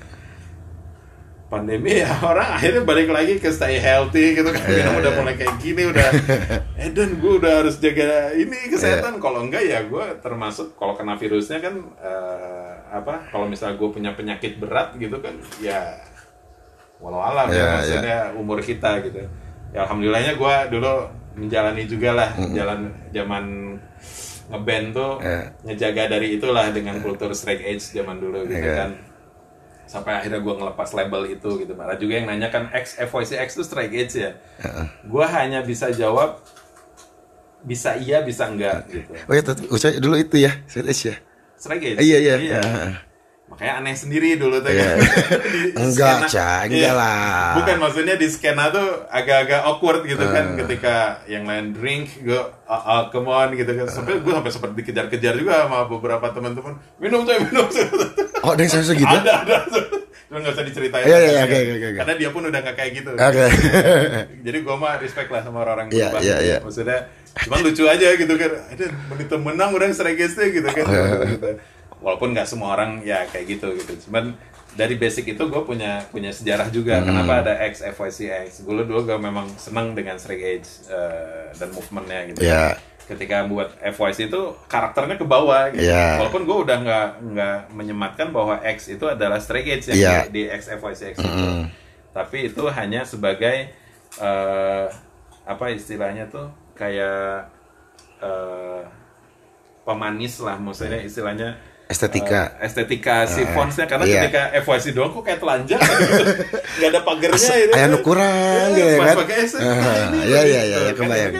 Pandemi ya orang akhirnya balik lagi ke stay healthy gitu kan. Udah mulai kayak gini, udah dan gue udah harus jaga ini kesehatan. Kalau enggak ya gue termasuk, kalau kena virusnya kan kalau misalnya gue punya penyakit berat gitu kan ya walau alam maksudnya umur kita gitu ya. Alhamdulillahnya gue dulu menjalani juga lah zaman ngeband tuh, ngejaga dari itulah dengan kultur straight edge zaman dulu gitu kan. Sampai akhirnya gue ngelepas label itu gitu. Malah juga yang nanya kan, FYCX itu straight edge ya? Gue hanya bisa jawab bisa iya, bisa enggak gitu. Oh ya, dulu itu ya, straight edge ya? Straight edge? Iya. Makanya aneh sendiri dulu tuh enggak, enggak lah. Bukan, maksudnya di skena tuh agak-agak awkward gitu kan, ketika yang lain drink, gue come on gitu kan. Sampai gue sempat dikejar-kejar juga sama beberapa teman-teman. Minum. Oh, ada yang segitu? Ada. Cuma nggak usah diceritain. Iya. Karena dia pun udah nggak kayak gitu. Jadi gue mah respect lah sama orang berubah. Iya. Maksudnya, cuman lucu aja gitu kan. Ada menit menang orang seregesnya gitu kan. Walaupun nggak semua orang ya kayak gitu. Cuman dari basic itu gue punya sejarah juga. Kenapa ada FYCX? Dulu gue memang senang dengan straight edge dan movementnya gitu. Ketika buat FYC itu karakternya ke bawah gitu. Walaupun gue udah nggak menyematkan bahwa X itu adalah straight edge yang di FYCX itu. Tapi itu hanya sebagai apa istilahnya tuh kayak pemanis lah, maksudnya istilahnya estetika si fontsnya, karena ketika FYC doang kok kayak telanjang gitu. Nggak ada pagernya itu. Anu kurang gitu kan. Iya kebayang.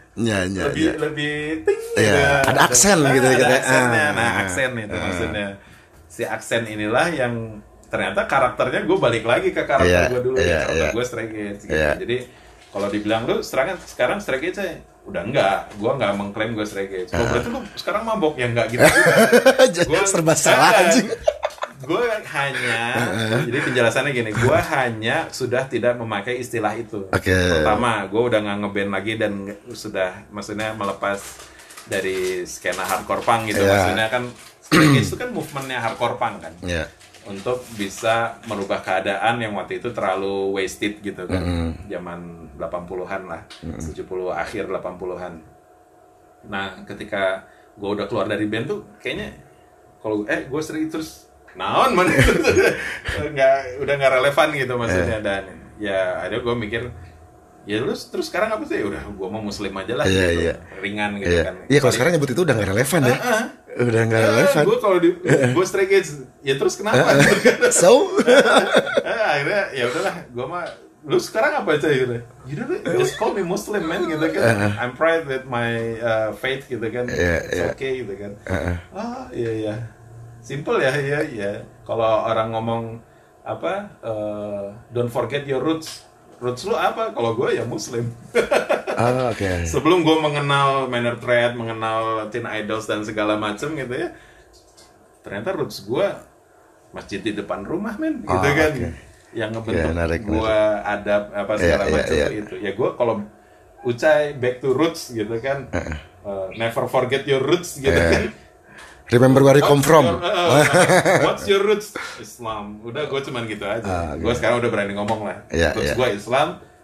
Lebih ting gitu. Ada aksen gitu aksennya. Aksen itu maksudnya. Si aksen inilah yang ternyata karakternya gue balik lagi ke karakter gue dulu, karakter gue straight edge gitu. Jadi kalau dibilang lu sekarang straight edge saya udah enggak, gue nggak mengklaim gue straight edge. Oh, berarti lu sekarang mabok ya? Enggak gitu. Gue serba salah anjing. Gue hanya, jadi penjelasannya gini, gue hanya sudah tidak memakai istilah itu. Pertama, gue udah nggak ngeband lagi dan sudah, maksudnya melepas dari skena hardcore punk gitu. Maksudnya kan straight edge itu kan movementnya hardcore punk kan. Untuk bisa merubah keadaan yang waktu itu terlalu wasted gitu kan. Zaman 80-an lah, 70 akhir 80-an. Nah, ketika gue udah keluar dari band tuh kayaknya kalau gue sering terus naon mana udah nggak relevan gitu maksudnya. Dan ya ada gue mikir ya lu terus sekarang apa sih, udah gue mau muslim aja lah gitu. Ringan gitu kan. Iya, kalau sekarang nyebut itu udah nggak relevan ya. Udah nggak relevan. Gue kalau gue straight edge ya terus kenapa so akhirnya ya udahlah, gue mah lu sekarang apa aja gitu. Just call me Muslim man gitu kan. I'm proud with my faith gitu kan. It's okay gitu kan. Iya. Simple ya. Kalau orang ngomong apa, don't forget your roots. Roots lu apa? Kalau gue ya Muslim. Sebelum gue mengenal Manor Threat, mengenal Teen Idols dan segala macam gitu ya, ternyata roots gue masjid di depan rumah men, gitu kan. Yang ngebentuk gue adab apa segala macam itu. Ya gue kalau Ucai back to roots gitu kan. Never forget your roots gitu kan. Remember where you come from. What's your roots? Islam. Udah gue cuman gitu aja. Gue sekarang udah berani ngomong lah. Roots gue Islam.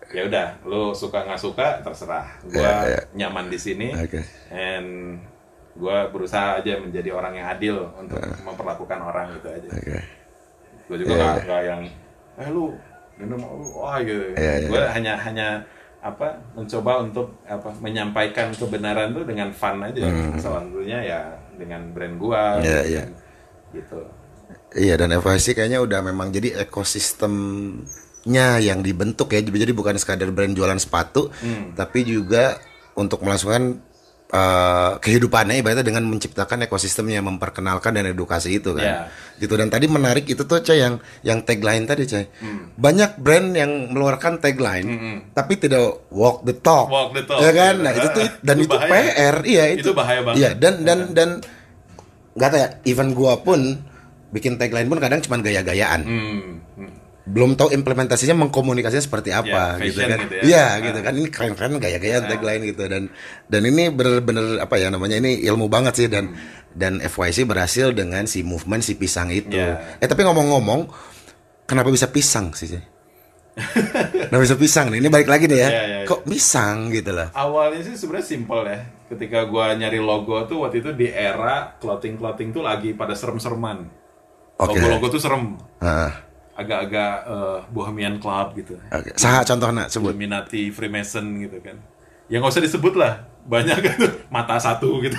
ya udah, lu suka nggak suka terserah. Gua nyaman di sini, and gua berusaha aja menjadi orang yang adil untuk memperlakukan orang gitu aja. Gua juga nggak yang, lu minum, wah gitu. Gua hanya mencoba untuk menyampaikan kebenaran tuh dengan fun aja. Selanjutnya ya dengan brand gua, gitu. Iya, dan FYC kayaknya udah memang jadi ekosistemnya yang dibentuk ya. Jadi bukan sekadar brand jualan sepatu, tapi juga untuk melangsungkan kehidupannya ibaratnya dengan menciptakan ekosistemnya, memperkenalkan dan edukasi itu kan. Gitu. Dan tadi menarik itu tuh Cay yang tagline tadi Cay. Banyak brand yang mengeluarkan tagline tapi tidak walk the talk. Ya kan? Nah, itu tuh dan itu bahaya. PR. Iya, itu bahaya banget. Iya, dan enggak tahu ya, even gua pun bikin tagline pun kadang cuma gaya-gayaan. Belum tahu implementasinya mengkomunikasinya seperti apa gitu kan. Gitu ya. Iya, gitu kan. Ini keren-keren gaya-gayaan tagline gitu dan ini bener-bener apa ya namanya, ini ilmu banget sih dan FYC berhasil dengan si movement si pisang itu. Tapi ngomong-ngomong, kenapa bisa pisang sih? Kenapa bisa pisang nih? Ini balik lagi nih ya. Kok pisang gitu lah. Awalnya sih sebenarnya simple ya. Ketika gua nyari logo tuh waktu itu di era clothing tuh lagi pada serem-sereman. Logo-logo tuh serem. Agak-agak Bohemian Club gitu. Saha contohnya sebut. Illuminati, Freemason gitu kan. Ya nggak usah disebut lah. Banyak kan tuh mata satu gitu.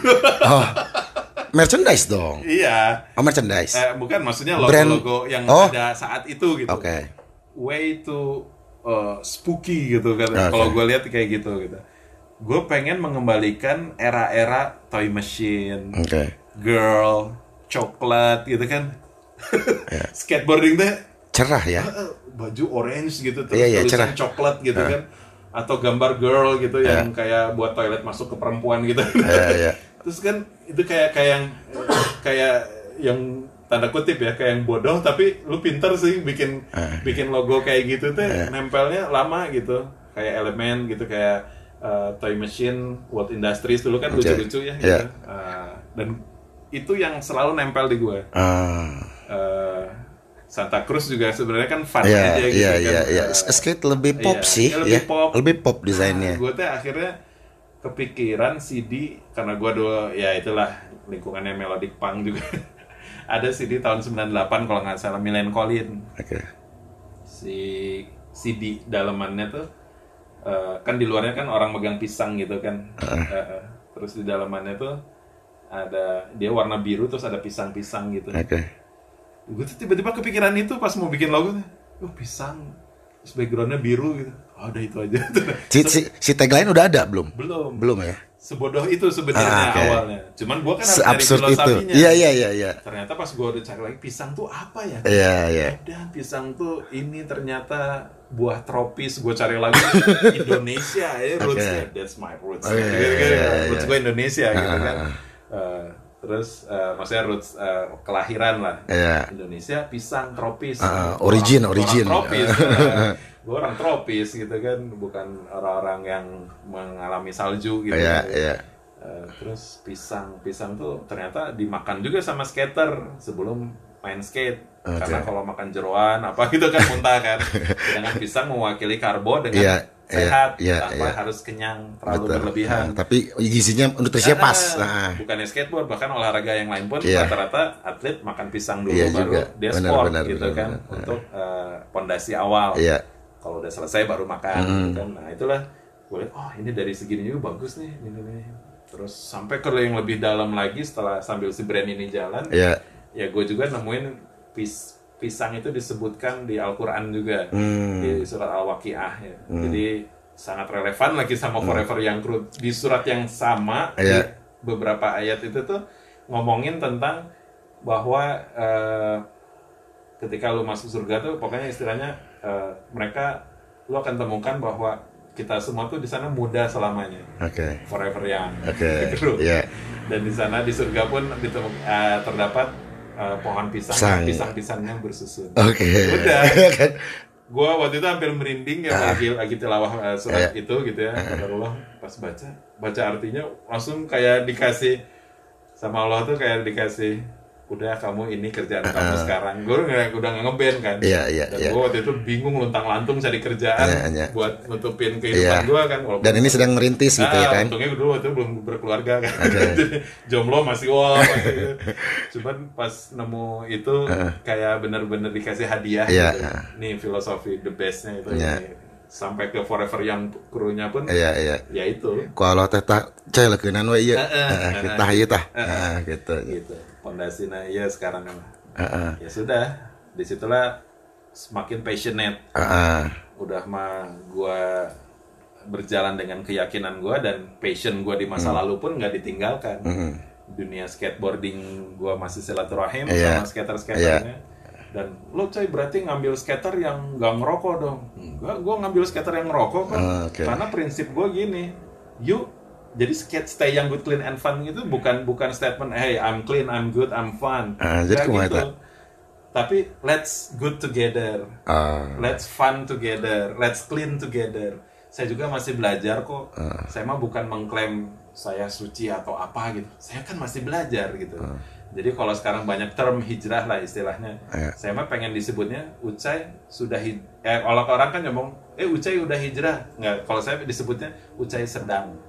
Merchandise dong. Iya. Merchandise. Bukan, maksudnya logo-logo yang ada saat itu gitu. Way to spooky gitu kan. Kalau gue lihat kayak gitu. Gue pengen mengembalikan era-era toy machine, girl, coklat gitu kan. Skateboarding deh cerah ya, baju orange gitu terus tulisan coklat gitu kan, atau gambar girl gitu yang kayak buat toilet masuk ke perempuan gitu. Terus kan itu kayak yang tanda kutip ya, kayak yang bodoh tapi lu pinter sih bikin logo kayak gitu tuh. Nempelnya lama gitu, kayak elemen gitu, kayak Toy Machine, World Industries dulu kan lucu-lucu ya gitu. Dan itu yang selalu nempel di gue. Santa Cruz juga sebenarnya kan fun aja gitu kan. Skate lebih pop sih, lebih pop desainnya. Gue tuh akhirnya kepikiran CD karena gue dulu ya itulah lingkungannya melodic punk juga. Ada CD tahun 98 kalau nggak salah, Millencolin. Si CD dalamannya tuh kan di luarnya kan orang megang pisang gitu kan. Terus di dalamannya tuh ada, dia warna biru terus ada pisang-pisang gitu. Gue tuh tiba-tiba kepikiran itu pas mau bikin logo, pisang, terus backgroundnya biru gitu. Udah itu aja. Si tagline udah ada belum? Belum ya. Sebodoh itu sebenarnya awalnya. Cuman gue kan harus cari filosofinya. Iya. Ternyata pas gue udah cari lagi, pisang tuh apa ya? Iya. Dan pisang tuh ini ternyata buah tropis. Gue cari lagi Indonesia ya, rootsnya. That's my roots. Roots gue Indonesia gitu kan. Terus maksudnya roots kelahiran lah. Indonesia, pisang tropis. Origin. Tropis. Gue orang tropis gitu kan, bukan orang-orang yang mengalami salju gitu. Terus pisang tuh ternyata dimakan juga sama skater sebelum main skate. Karena kalau makan jeroan apa gitu kan muntah kan. Sedangkan pisang mewakili karbo dengan sehat, tanpa harus kenyang terlalu berlebihan. Tapi gizinya, nutrisinya pas. Bukannya skateboard, bahkan olahraga yang lain pun rata-rata atlet makan pisang dulu baru dia sport gitu kan, untuk pondasi awal. Kalau udah selesai baru makan gitu kan. Nah itulah gue lihat, ini dari segini juga bagus nih ini. Terus sampai ke yang lebih dalam lagi setelah sambil si brand ini jalan, ya gue juga nemuin pisang itu disebutkan di Al-Quran juga, di surat Al-Waqiah ya. Jadi sangat relevan lagi sama Forever Young Crew. Di surat yang sama, di beberapa ayat itu tuh ngomongin tentang bahwa ketika lu masuk surga tuh pokoknya istilahnya lu akan temukan bahwa kita semua tuh di sana muda selamanya, forever young, gitu. Dan di sana di surga pun terdapat pohon pisang-pisangnya bersusun. Udah, gue waktu itu hampir merinding ya lagi tilawah surat itu gitu ya. Allah pas baca artinya langsung kayak dikasih sama Allah tuh, kayak dikasih udah kamu ini kerjaan kamu sekarang. Gue udah nggak ngeband kan. Iya. Dan gue waktu itu bingung luntang-lantung cari kerjaan buat nutupin kehidupan gue kan. Dan ini sedang merintis gitu ya kan. Untungnya gue dulu waktu itu belum berkeluarga kan. Jadi jomblo masih masih. Cuman pas nemu itu kayak bener-bener dikasih hadiah gitu. Nih filosofi the bestnya itu. Sampai ke Forever Young krunya pun ya itu. Kalau tetah cai leukeunnan we ieu. Tah ieu tah. Gitu. Pondasina iya sekarang kan. Ya sudah, disitulah semakin passionate. Udah mah gua berjalan dengan keyakinan gua dan passion gua di masa lalu pun nggak ditinggalkan. Dunia skateboarding gua masih silaturahim sama skater-skaternya. Dan lo coy berarti ngambil skater yang gak ngerokok dong. Enggak, gue ngambil skater yang ngerokok kan. Karena prinsip gue gini, jadi stay yang good, clean and fun itu bukan statement hey I'm clean, I'm good, I'm fun. Jadi gitu. Tapi let's good together, let's fun together, let's clean together. Saya juga masih belajar kok. Saya mah bukan mengklaim saya suci atau apa gitu. Saya kan masih belajar gitu. Jadi kalau sekarang banyak term hijrah lah istilahnya, saya mah pengen disebutnya Ucai sudah kalau orang kan ngomong Ucai udah hijrah, nggak. Kalau saya disebutnya Ucai sedang.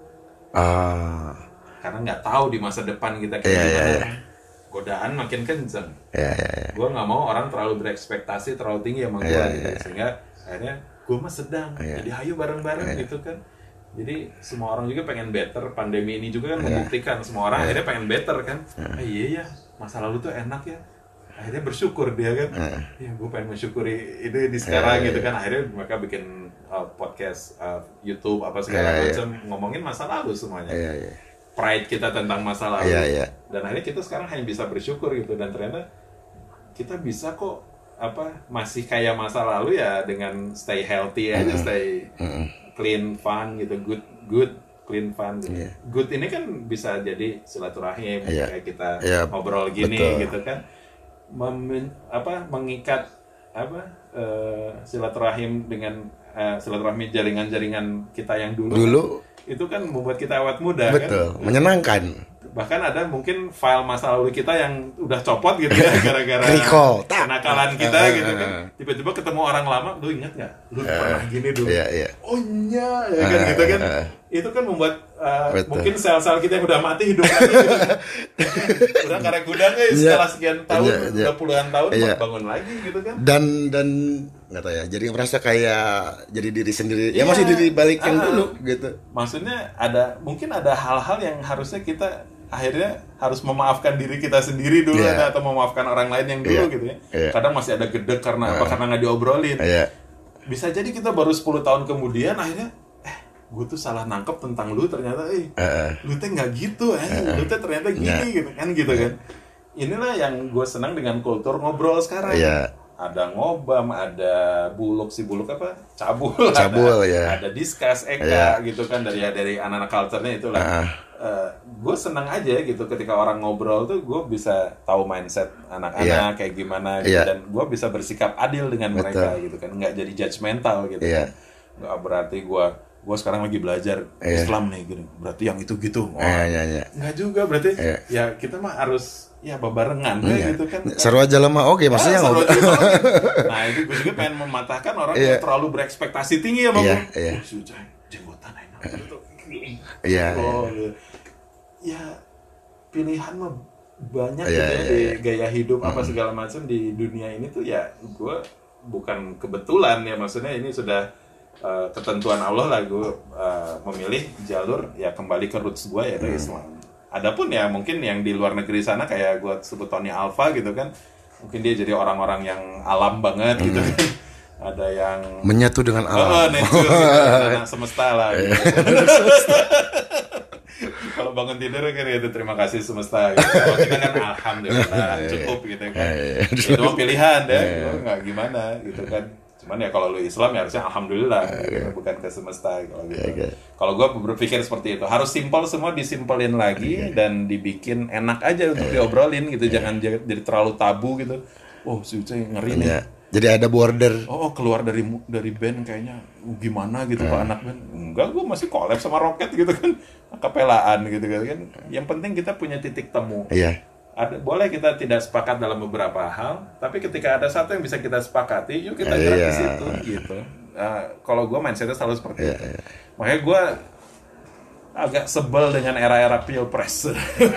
Karena nggak tahu di masa depan kita kayak gimana. Godaan makin kenceng. Gue nggak mau orang terlalu berekspektasi terlalu tinggi sama gue gitu. Sehingga akhirnya gue mah sedang. Jadi ayo bareng-bareng gitu kan. Jadi semua orang juga pengen better. Pandemi ini juga kan membuktikan semua orang akhirnya pengen better kan. Iya ya, masa lalu tuh enak ya. Akhirnya bersyukur dia kan. Ya gue pengen mensyukuri ini di sekarang gitu kan. Akhirnya mereka bikin podcast, YouTube apa segala macam ngomongin masa lalu semuanya. Pride kita tentang masa lalu. Dan akhirnya kita sekarang hanya bisa bersyukur gitu. Dan ternyata kita bisa kok masih kayak masa lalu ya dengan stay healthy aja, stay clean, fun gitu, good, clean, fun gitu. Good ini kan bisa jadi silaturahim kayak kita ngobrol gini gitu kan, mengikat silaturahim dengan silaturahmi jaringan-jaringan kita yang dulu itu kan membuat kita awet muda. Betul, kan? Menyenangkan. Bahkan ada mungkin file masa lalu kita yang udah copot gitu ya gara-gara kenakalan kita gitu kan. Tiba-tiba ketemu orang lama, lu ingat nggak? Lu pernah gini dulu. Oh iya, ya kan gitu kan. Itu kan membuat mungkin sel-sel kita yang udah mati hidup lagi gitu. Udah karek gudang setelah sekian tahun, udah puluhan tahun bangun lagi gitu kan. Dan nggak tahu ya, jadi merasa kayak jadi diri sendiri. Ya masih diri balik yang dulu gitu. Maksudnya mungkin ada hal-hal yang harusnya kita akhirnya harus memaafkan diri kita sendiri dulu atau memaafkan orang lain yang dulu gitu ya. Kadang masih ada gedek karena karena nggak diobrolin. Bisa jadi kita baru 10 tahun kemudian akhirnya gue tuh salah nangkep tentang lu ternyata lu teh nggak gitu lu teh ternyata gini gitu kan inilah yang gue senang dengan kultur ngobrol sekarang. Ada ngobam, ada buluk cabul ada discuss gitu kan dari anak-anak culture-nya itulah. Gue senang aja gitu ketika orang ngobrol tuh gue bisa tahu mindset anak-anak kayak gimana gitu, dan gue bisa bersikap adil dengan mereka gitu kan, nggak jadi judgmental gitu kan. Nggak berarti gue sekarang lagi belajar Islam nih gitu, berarti yang itu gitu. Nggak juga, berarti ya kita mah harus babarengan gitu kan. Seru aja lah mah oke maksudnya ngobrol. Nah itu gue juga pengen mematahkan orang yang terlalu berekspektasi tinggi ya bang. Jenggotan enak gitu. Ya pilihan mah banyak di gaya hidup apa segala macam di dunia ini tuh ya gue bukan kebetulan ya, maksudnya ini sudah ketentuan Allah lah gue memilih jalur ya kembali ke roots gue yaitu Islam. Adapun ya mungkin yang di luar negeri sana kayak gue sebut Tony Alva gitu kan, mungkin dia jadi orang-orang yang alam banget gitu kan. Ada yang menyatu dengan alam, nature gitu, anak semesta lah gitu. Kalau bangun tidur kan itu terima kasih semesta gitu. Kalau kita kan alhamdulillah cukup gitu kan. Itu mah pilihan deh, nggak gimana gitu kan. Cuman ya kalau lu Islam ya harusnya alhamdulillah gitu, bukan ke semesta kalau gitu. Kalau gue berpikir seperti itu, harus simpel, semua disimpelin lagi dan dibikin enak aja untuk diobrolin gitu, jangan jadi terlalu tabu gitu. Oh si Ucai ngeri nih. Jadi ada border. Oh keluar dari band kayaknya gimana gitu Pak anak band. Enggak, gue masih collab sama Rocket gitu kan, akapelaan gitu kan. Yang penting kita punya titik temu. boleh kita tidak sepakat dalam beberapa hal, tapi ketika ada satu yang bisa kita sepakati, yuk kita gerak di situ gitu. Kalau gue mindsetnya selalu seperti itu. Makanya gue agak sebel dengan era-era pilpres.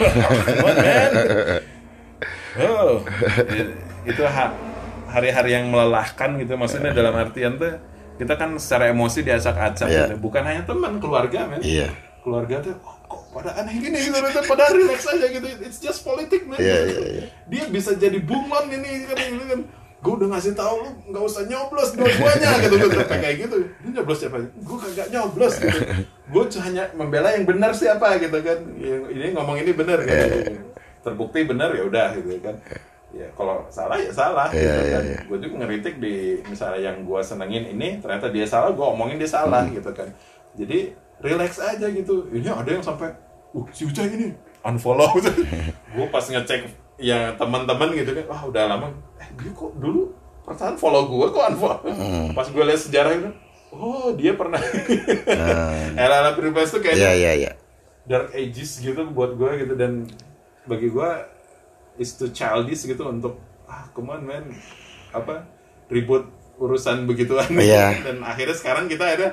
Itu hari-hari yang melelahkan gitu, maksudnya dalam artian tuh kita kan secara emosi diacak-acak gitu. Bukan hanya teman, keluarga men. Keluarga tuh kok pada aneh gini gitu, pada relax aja gitu. It's just politik man. Dia bisa jadi bunglon ini kan. Gue udah ngasih tahu lu nggak usah nyoblos dua-duanya gitu kayak gitu. Lu nyoblos siapa? Gue kagak nyoblos gitu. Gue hanya membela yang benar siapa gitu kan. Ini ngomong ini benar kan. Terbukti benar ya udah gitu kan. Ya kalau salah ya salah gitu kan. Gue juga ngeritik di misalnya yang gue senengin ini ternyata dia salah, gue omongin dia salah gitu kan. Jadi relax aja gitu. Ini ada yang sampai si Ucai ini unfollow. Gue pas ngecek ya teman-teman gitu kan, wah udah lama dia kok dulu perasaan follow gue kok unfollow. Pas gue lihat sejarah itu, oh dia pernah era-era pilpres tuh kayaknya dark ages gitu buat gue gitu. Dan bagi gue is too childish gitu untuk come on man, apa ribut urusan begituan. Dan akhirnya sekarang kita ada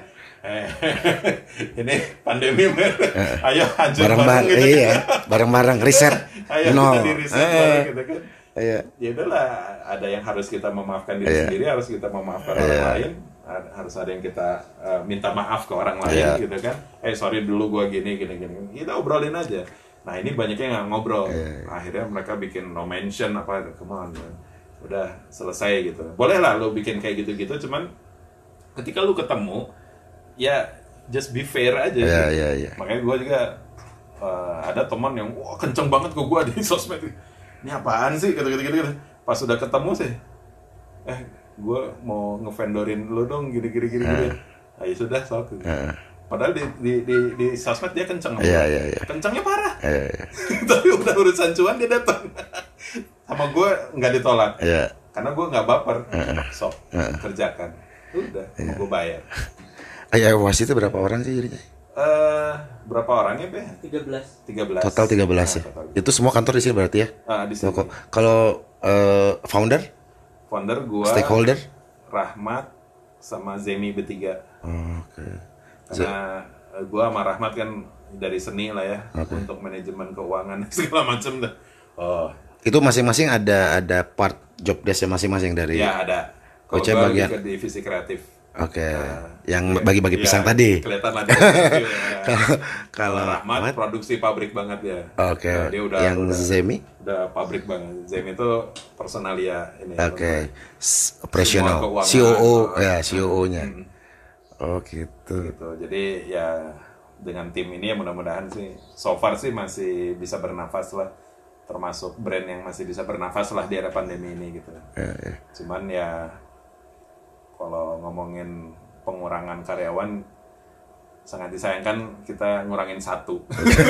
ini pandemi men. Ayo hancur bareng gitu. Bareng-bareng riset. Ayo kita di riset bareng gitu kan. Ya udahlah, ada yang harus kita memaafkan diri sendiri, harus kita memaafkan orang lain, harus ada yang kita minta maaf ke orang lain gitu kan. Sorry dulu gue gini. Kita obrolin aja. Nah ini banyaknya nggak ngobrol. Akhirnya mereka bikin no mention apa, come on man. Udah selesai gitu. Boleh lah lo bikin kayak gitu-gitu, cuman ketika lo ketemu ya just be fair aja. Makanya gue juga ada teman yang wah kenceng banget ke gue di sosmed. Ini apaan sih? Gitu. Pas sudah ketemu sih, gue mau ngevendorin lo dong gini. Ya sudah sok. Padahal di sosmed dia kenceng. Kencengnya parah. Tapi udah urusan cuan dia datang. Sama gue nggak ditolak. Karena gue nggak baper. Sok kerjakan. Udah, gue bayar. Was itu berapa orang sih jadinya? Berapa orangnya, Be? 13. Total 13 ya. Itu semua kantor di sini berarti ya? Di sini. Kalau founder? Founder gua, stakeholder? Rahmat sama Zemi bertiga. Oke. Karena gua sama Rahmat kan dari seni lah ya, untuk manajemen keuangan segala macam dah. Itu masing-masing ada part job desk-nya masing-masing dari. Ya, ada. Kalau gua bagian ke divisi kreatif. Yang bagi-bagi pisang tadi. Kelihatan lah. Kalau Rahmat produksi pabrik banget ya. Dia udah. Yang Zemi? Udah pabrik banget. Zemi itu personalia ini. Operational. COO ya, COO-nya. Gitu. Jadi ya dengan tim ini ya mudah-mudahan sih so far sih masih bisa bernafas lah. Termasuk brand yang masih bisa bernafas lah di era pandemi ini gitu. Cuman ya kalau ngomongin pengurangan karyawan sangat disayangkan kita ngurangin satu.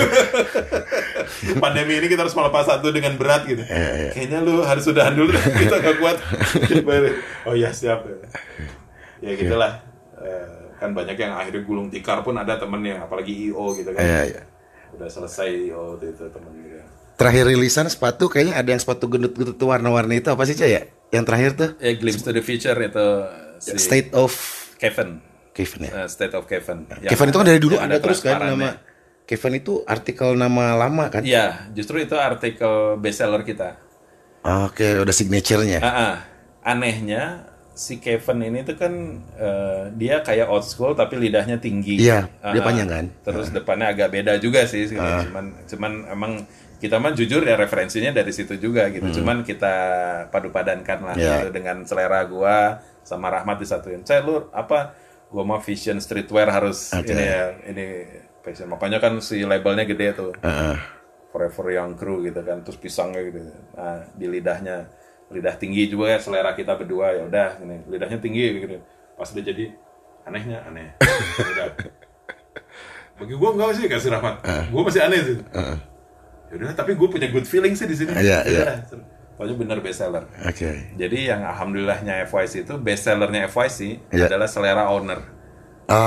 Pandemi ini kita harus melepas satu dengan berat gitu. Kayaknya lu harus udahan dulu, kita gak kuat. Oh ya siap. Ya gitulah. Kan banyak yang akhirnya gulung tikar pun ada temen yang apalagi IO gitu kan. Udah selesai IO itu temen gitu. Terakhir rilisan sepatu kayaknya ada yang sepatu gendut-gendut warna-warni itu apa sih Cah ya? Yang terakhir tuh? Glimpse to the Future itu State of Kevin ya. State of Kevin. Kevin itu kan dari dulu ada terus kan nama Kevin itu artikel nama lama kan? Iya, justru itu artikel bestseller kita. Udah signature-nya. Anehnya si Kevin ini tuh kan dia kayak old school tapi lidahnya tinggi. Iya, dia panjang kan. Terus depannya agak beda juga sih. Cuman emang kita mah jujur ya referensinya dari situ juga gitu. Cuman kita padu-padankan lah gitu, dengan selera gua sama Rahmat disatuin. Lu apa? Gua mah fashion streetwear harus ini fashion. Makanya kan si labelnya gede tuh. Forever Young Crew gitu kan. Terus pisangnya gitu. Nah, di lidah tinggi juga ya selera kita berdua ya udah gini. Lidahnya tinggi gitu. Pas udah jadi aneh. Udah. Bagi gua enggak sih kasih Rahmat. Gua masih aneh sih. Yaudah, tapi gue punya good feeling sih di sini. Pokoknya bener bestseller. Jadi yang alhamdulillahnya FYC itu bestsellernya FYC adalah selera owner.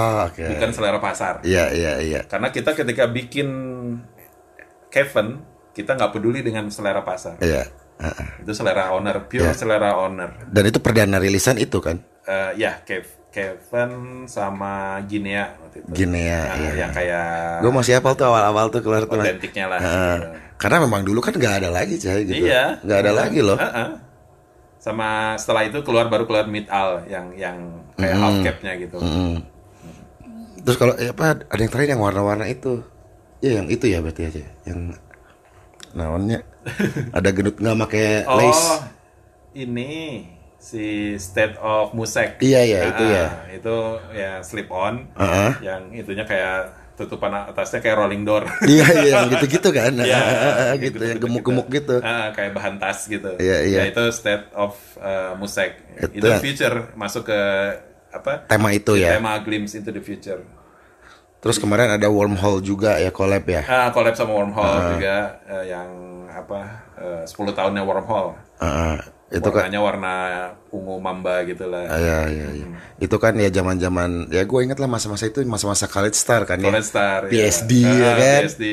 Bukan selera pasar. Karena kita ketika bikin Kevin kita nggak peduli dengan selera pasar. Iya. Itu selera owner, pure selera owner. Dan itu perdana rilisan itu kan? Ya, Kevin sama Ginea waktu itu. Ginea, iya. Yang kayak Gue masih hafal tuh awal-awal tuh keluar tuh. otentiknya lah. Gitu. Karena memang dulu kan nggak ada lagi Cai gitu. Iya. Nggak ada lagi loh. Sama setelah itu baru keluar Mid Al yang kayak half capnya gitu. Terus kalau apa ada yang terakhir yang warna-warna itu. Ya yang itu ya berarti aja. Yang naonnya ada gendut nggak pakai lace. Oh, ini si State of Musek. Iya itu ya. Itu ya slip on. Yang itunya kayak tutupan atasnya kayak rolling door. Iya yang gitu-gitu kan. Iya, gitu yang gemuk-gemuk gitu. Kayak bahan tas gitu. Iya. Ya itu State of Musek. Itu future masuk ke apa? Tema itu ya. Tema Glimpse into the Future. Terus kemarin ada Wormhole juga ya collab ya. Collab sama Wormhole juga yang apa 10 tahunnya Wormhole. Itu warnanya warna ungu mamba gitu lah. Iya. Itu kan ya zaman-zaman ya gue inget lah masa-masa itu masa-masa College Star kan ya. College Star. PSD ya kan. PSD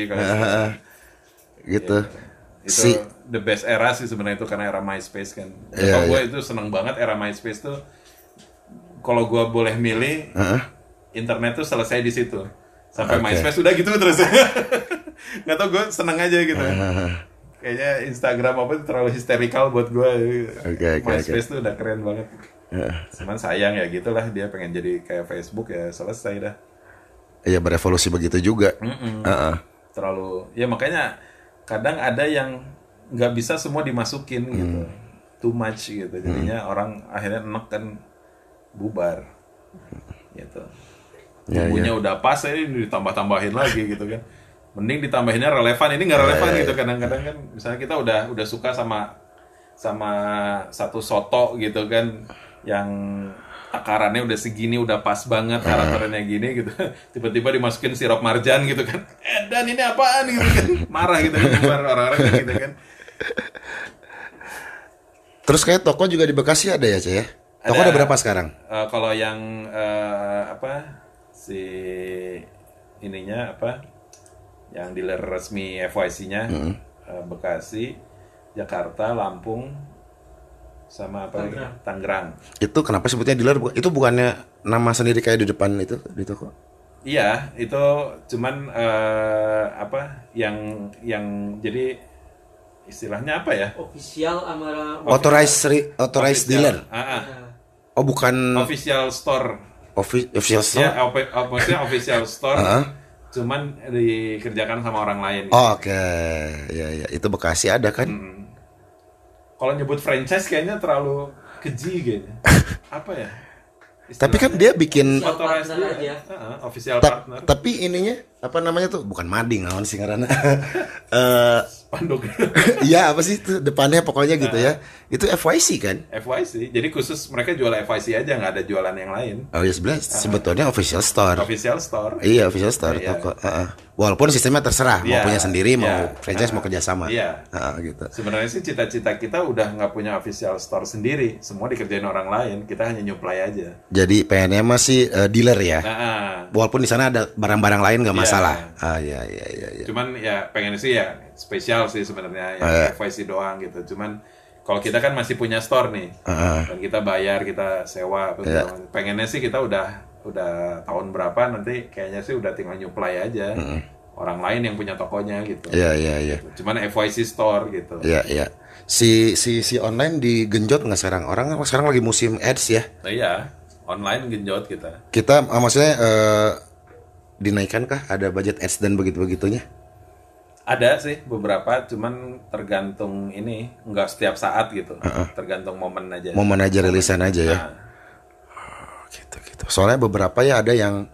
gitu. Itu the best era sih sebenarnya itu karena era MySpace kan. Kalau gue itu seneng banget era MySpace tuh. Kalau gue boleh milih, internet tuh selesai di situ. Sampai MySpace udah gitu terus. Nggak tau gue seneng aja gitu. Kayaknya Instagram apa itu terlalu histerikal buat gue. MySpace tuh udah keren banget. Cuman sayang ya gitulah dia pengen jadi kayak Facebook ya selesai dah. Iya berevolusi begitu juga. Terlalu ya makanya kadang ada yang nggak bisa semua dimasukin gitu. Too much gitu. Jadinya orang akhirnya enek kan bubar. Gitu. Bumbunya udah pas ini ditambah-tambahin lagi gitu kan. Mending ditambahinnya relevan, ini nggak relevan gitu kadang-kadang kan. Misalnya kita udah suka sama satu soto gitu kan, yang takarannya udah segini, udah pas banget karakternya gini gitu. Tiba-tiba dimasukin sirup marjan gitu kan. Dan ini apaan gitu kan. Marah gitu kan orang-orang gitu kan. Terus kayak toko juga di Bekasi ada ya, Cek ya? Toko ada berapa sekarang? Kalau yang si ininya yang dealer resmi FYC-nya Bekasi, Jakarta, Lampung, sama Tangerang. Itu kenapa sebutnya dealer? Itu bukannya nama sendiri kayak di depan itu di toko? Iya, itu cuman yang jadi istilahnya apa ya? Official sama authorized dealer. Oh bukan official store. Official store. Ya, maksudnya official store. Cuman dikerjakan sama orang lain. Gitu. Oke. Ya, itu Bekasi ada kan? Kalau nyebut franchise kayaknya terlalu keji kayaknya. Apa ya? Tapi kan dia bikin official partner. Tapi ininya apa namanya tuh? Bukan mading naon sih ngaranna. Spanduk. Iya, apa sih itu depannya pokoknya gitu ya. Itu FYC kan? FYC. Jadi khusus mereka jual FYC aja, nggak ada jualan yang lain. Oh ya sebenarnya sebetulnya official store. Official store. Iya, official store toko. Walaupun sistemnya terserah, mau punya sendiri, mau franchise, mau kerjasama. Iya. Gitu. Sebenarnya sih cita-cita kita udah nggak punya official store sendiri, semua dikerjain orang lain, kita hanya nyuplai aja. Jadi pengennya masih dealer ya. Walaupun di sana ada barang-barang lain nggak masalah. Iya. Cuman ya pengen sih ya spesial sih sebenarnya yang FYC doang gitu. Cuman kalau kita kan masih punya store nih, dan kita bayar, kita sewa, pengennya sih kita udah tahun berapa nanti kayaknya sih udah tinggal nyuplai aja orang lain yang punya tokonya gitu. Iya. Cuman FYC store gitu. Iya. Si online digenjot nggak sekarang? Orang sekarang lagi musim ads ya. Nah, iya, online genjot kita. Kita maksudnya dinaikkan kah? Ada budget ads dan begitu-begitunya? Ada sih beberapa, cuman tergantung ini, nggak setiap saat gitu. Tergantung momen aja. Momen aja, rilisan aja ya. Gitu. Soalnya beberapa ya ada yang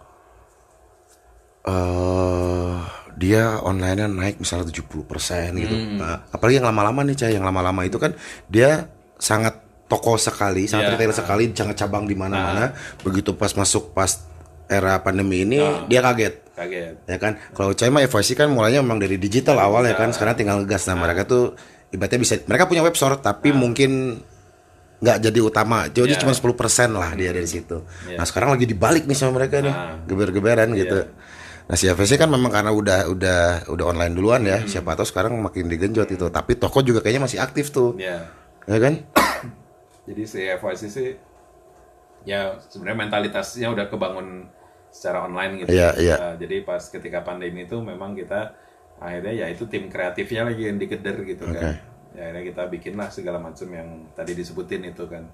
dia online-nya naik misalnya 70% gitu. Apalagi yang lama-lama nih, Cah. Yang lama-lama itu kan dia sangat toko sekali, sangat retail sekali, sangat cabang di mana-mana. Begitu pas era pandemi ini dia kaget. Ya kan. Kalau Cah mah FYC kan mulainya memang dari digital awal ya kan. Sekarang tinggal ngegas. Nah, mereka tuh ibaratnya mereka punya web store tapi mungkin nggak jadi utama. Jadi cuma 10% lah dia dari situ. Nah, sekarang lagi dibalik nih sama mereka nih. Geber-geberan gitu. Nah si FVC kan memang karena udah online duluan ya. Siapa tahu sekarang makin digenjot itu. Tapi toko juga kayaknya masih aktif tuh. Ya. Ya kan? Jadi si FYC sih ya sebenarnya mentalitasnya udah kebangun secara online gitu. Iya. Jadi pas ketika pandemi itu memang kita akhirnya ya itu tim kreatifnya lagi yang digeder gitu kan. Ya akhirnya kita bikinlah segala macam yang tadi disebutin itu kan.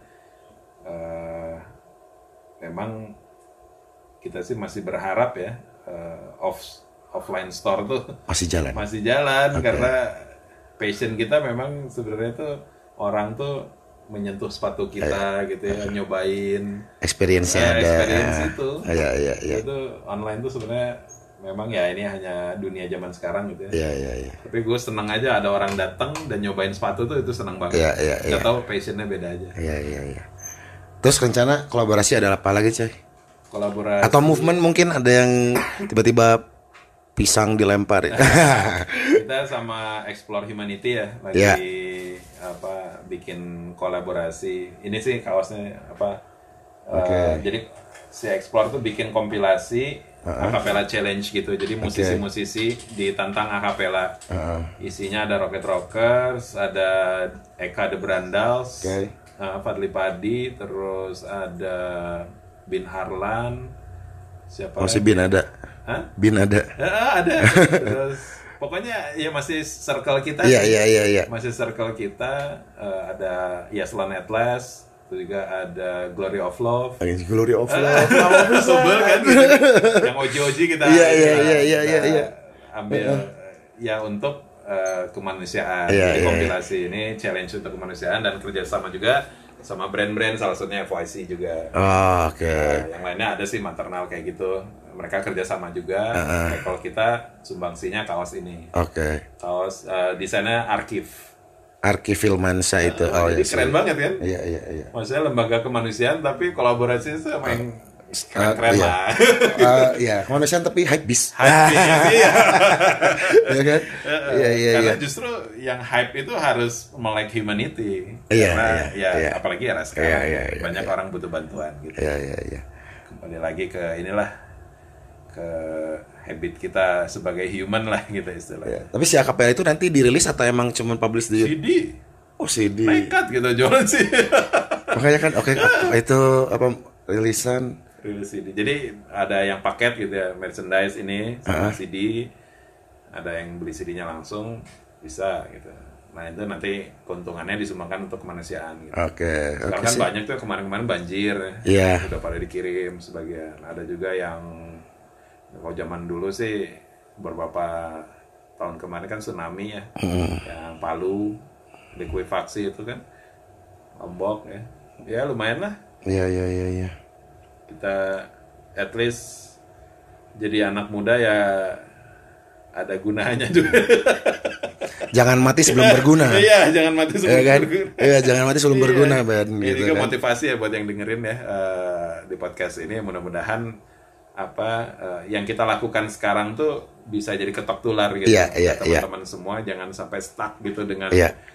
Memang kita sih masih berharap ya offline store tuh masih jalan karena passion kita memang sebenarnya tuh orang tuh menyentuh sepatu kita gitu ya, nyobain experience-nya ada. Experience itu. Iya. Itu online tuh sebenarnya memang ya ini hanya dunia zaman sekarang gitu ya. Iya. Tapi gue seneng aja ada orang datang dan nyobain sepatu tuh itu seneng banget. Iya. Gak tahu passionnya beda aja. Iya. Terus rencana kolaborasi ada apa lagi, Coy? Kolaborasi atau movement mungkin ada yang tiba-tiba pisang dilempar ya. Kita sama Explore Humanity ya lagi bikin kolaborasi. Ini sih kaosnya jadi si Explore tuh bikin kompilasi acapella challenge gitu. Jadi musisi-musisi ditantang acapella. Isinya ada Rocket Rockers, ada Eka The Brandals, Fadli Padi, terus ada Bin Harlan, siapa? Masih Bin ada. Hah? Bin ada. Ada. Terus pokoknya ya masih circle kita. Iya. Masih circle kita. Ada Yaslan Atlas, itu juga ada Glory of Love. Glory of Love. Sobel kan gitu. Yang oji-oji kita. Iya. Ambil ya untuk kemanusiaan. Jadi kompilasi ini challenge untuk kemanusiaan dan kerjasama juga sama brand-brand, salah satunya FYC juga. Yang lainnya ada sih maternal kayak gitu. Mereka kerjasama juga. Kalau kita sumbangsinya kaos ini. Kaos desainnya Arkiv Filmansa itu. Jadi keren banget kan? Iya. Maksudnya lembaga kemanusiaan tapi kolaborasi sama yang keren lah. Iya, kemanusiaan tapi hype bis. Iya kan? Iya. Karena justru yang hype itu harus melek humanity. Karena apalagi era sekarang banyak orang butuh bantuan gitu. Iya. Kembali lagi ke ke habit kita sebagai human lah gitu istilahnya. Tapi si acapella itu nanti dirilis atau emang cuma publish di CD? Oh CD. Nekat gitu jualan sih. Makanya kan itu rilisan. Rilis CD. Jadi ada yang paket gitu ya, merchandise ini sama CD. Ada yang beli CD-nya langsung bisa gitu. Nah itu nanti keuntungannya disumbangkan untuk kemanusiaan gitu. Sekarang kan banyak tuh kemarin-kemarin banjir. Udah pada dikirim sebagian. Ada juga yang kalau zaman dulu sih beberapa tahun kemarin kan tsunami ya. Yang Palu, likuifaksi itu kan. Lombok ya. Ya lumayan lah. Iya. Kita at least jadi anak muda ya ada gunanya juga. Jangan mati sebelum berguna. Iya, jangan mati sebelum berguna. Iya, jangan mati sebelum berguna, Ben. Ini juga motivasi ya buat yang dengerin ya di podcast ini. Mudah-mudahan yang kita lakukan sekarang tuh bisa jadi ketok tular gitu. Teman-teman semua jangan sampai stuck gitu dengan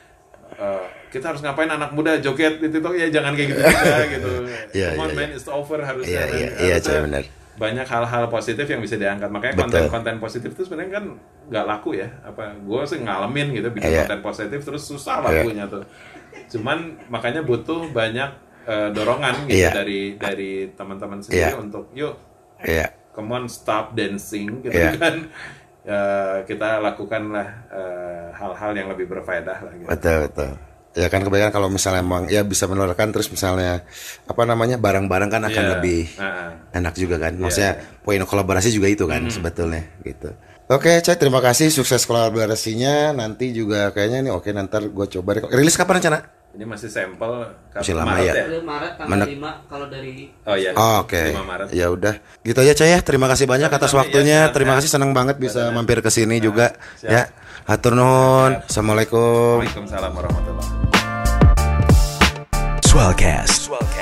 kita harus ngapain anak muda joget itu tuh ya jangan kayak gitu juga gitu. Come on man, it's over harusnya. Benar. Banyak hal-hal positif yang bisa diangkat. Makanya konten-konten positif itu sebenarnya kan nggak laku ya. Gue sih ngalamin gitu bikin konten positif terus susah lakunya tuh. Cuman makanya butuh banyak dorongan gitu dari teman-teman sendiri untuk yuk come on stop dancing gitu kan. Kita lakukanlah hal-hal yang lebih berfaedah lah gitu. Betul. Ya kan kebanyakan kalau misalnya emang ya bisa menularkan terus misalnya barang-barang kan akan lebih enak juga kan. Maksudnya poin kolaborasi juga itu kan sebetulnya gitu. Oke, Cai, terima kasih, sukses kolaborasinya. Nanti juga kayaknya nih nanti gue coba. Rilis kapan rencana? Ini masih sampel masih lama ya. Maret tanggal 5 kalau dari 5 Maret. Ya udah. Gitu aja, Cai ya. Terima kasih banyak atas waktunya. Terima kasih, senang banget bisa mampir ke sini juga. Ya. Hatur nuhun. Assalamualaikum. Waalaikumsalam warahmatullahi wabarakatuh. Swellcast.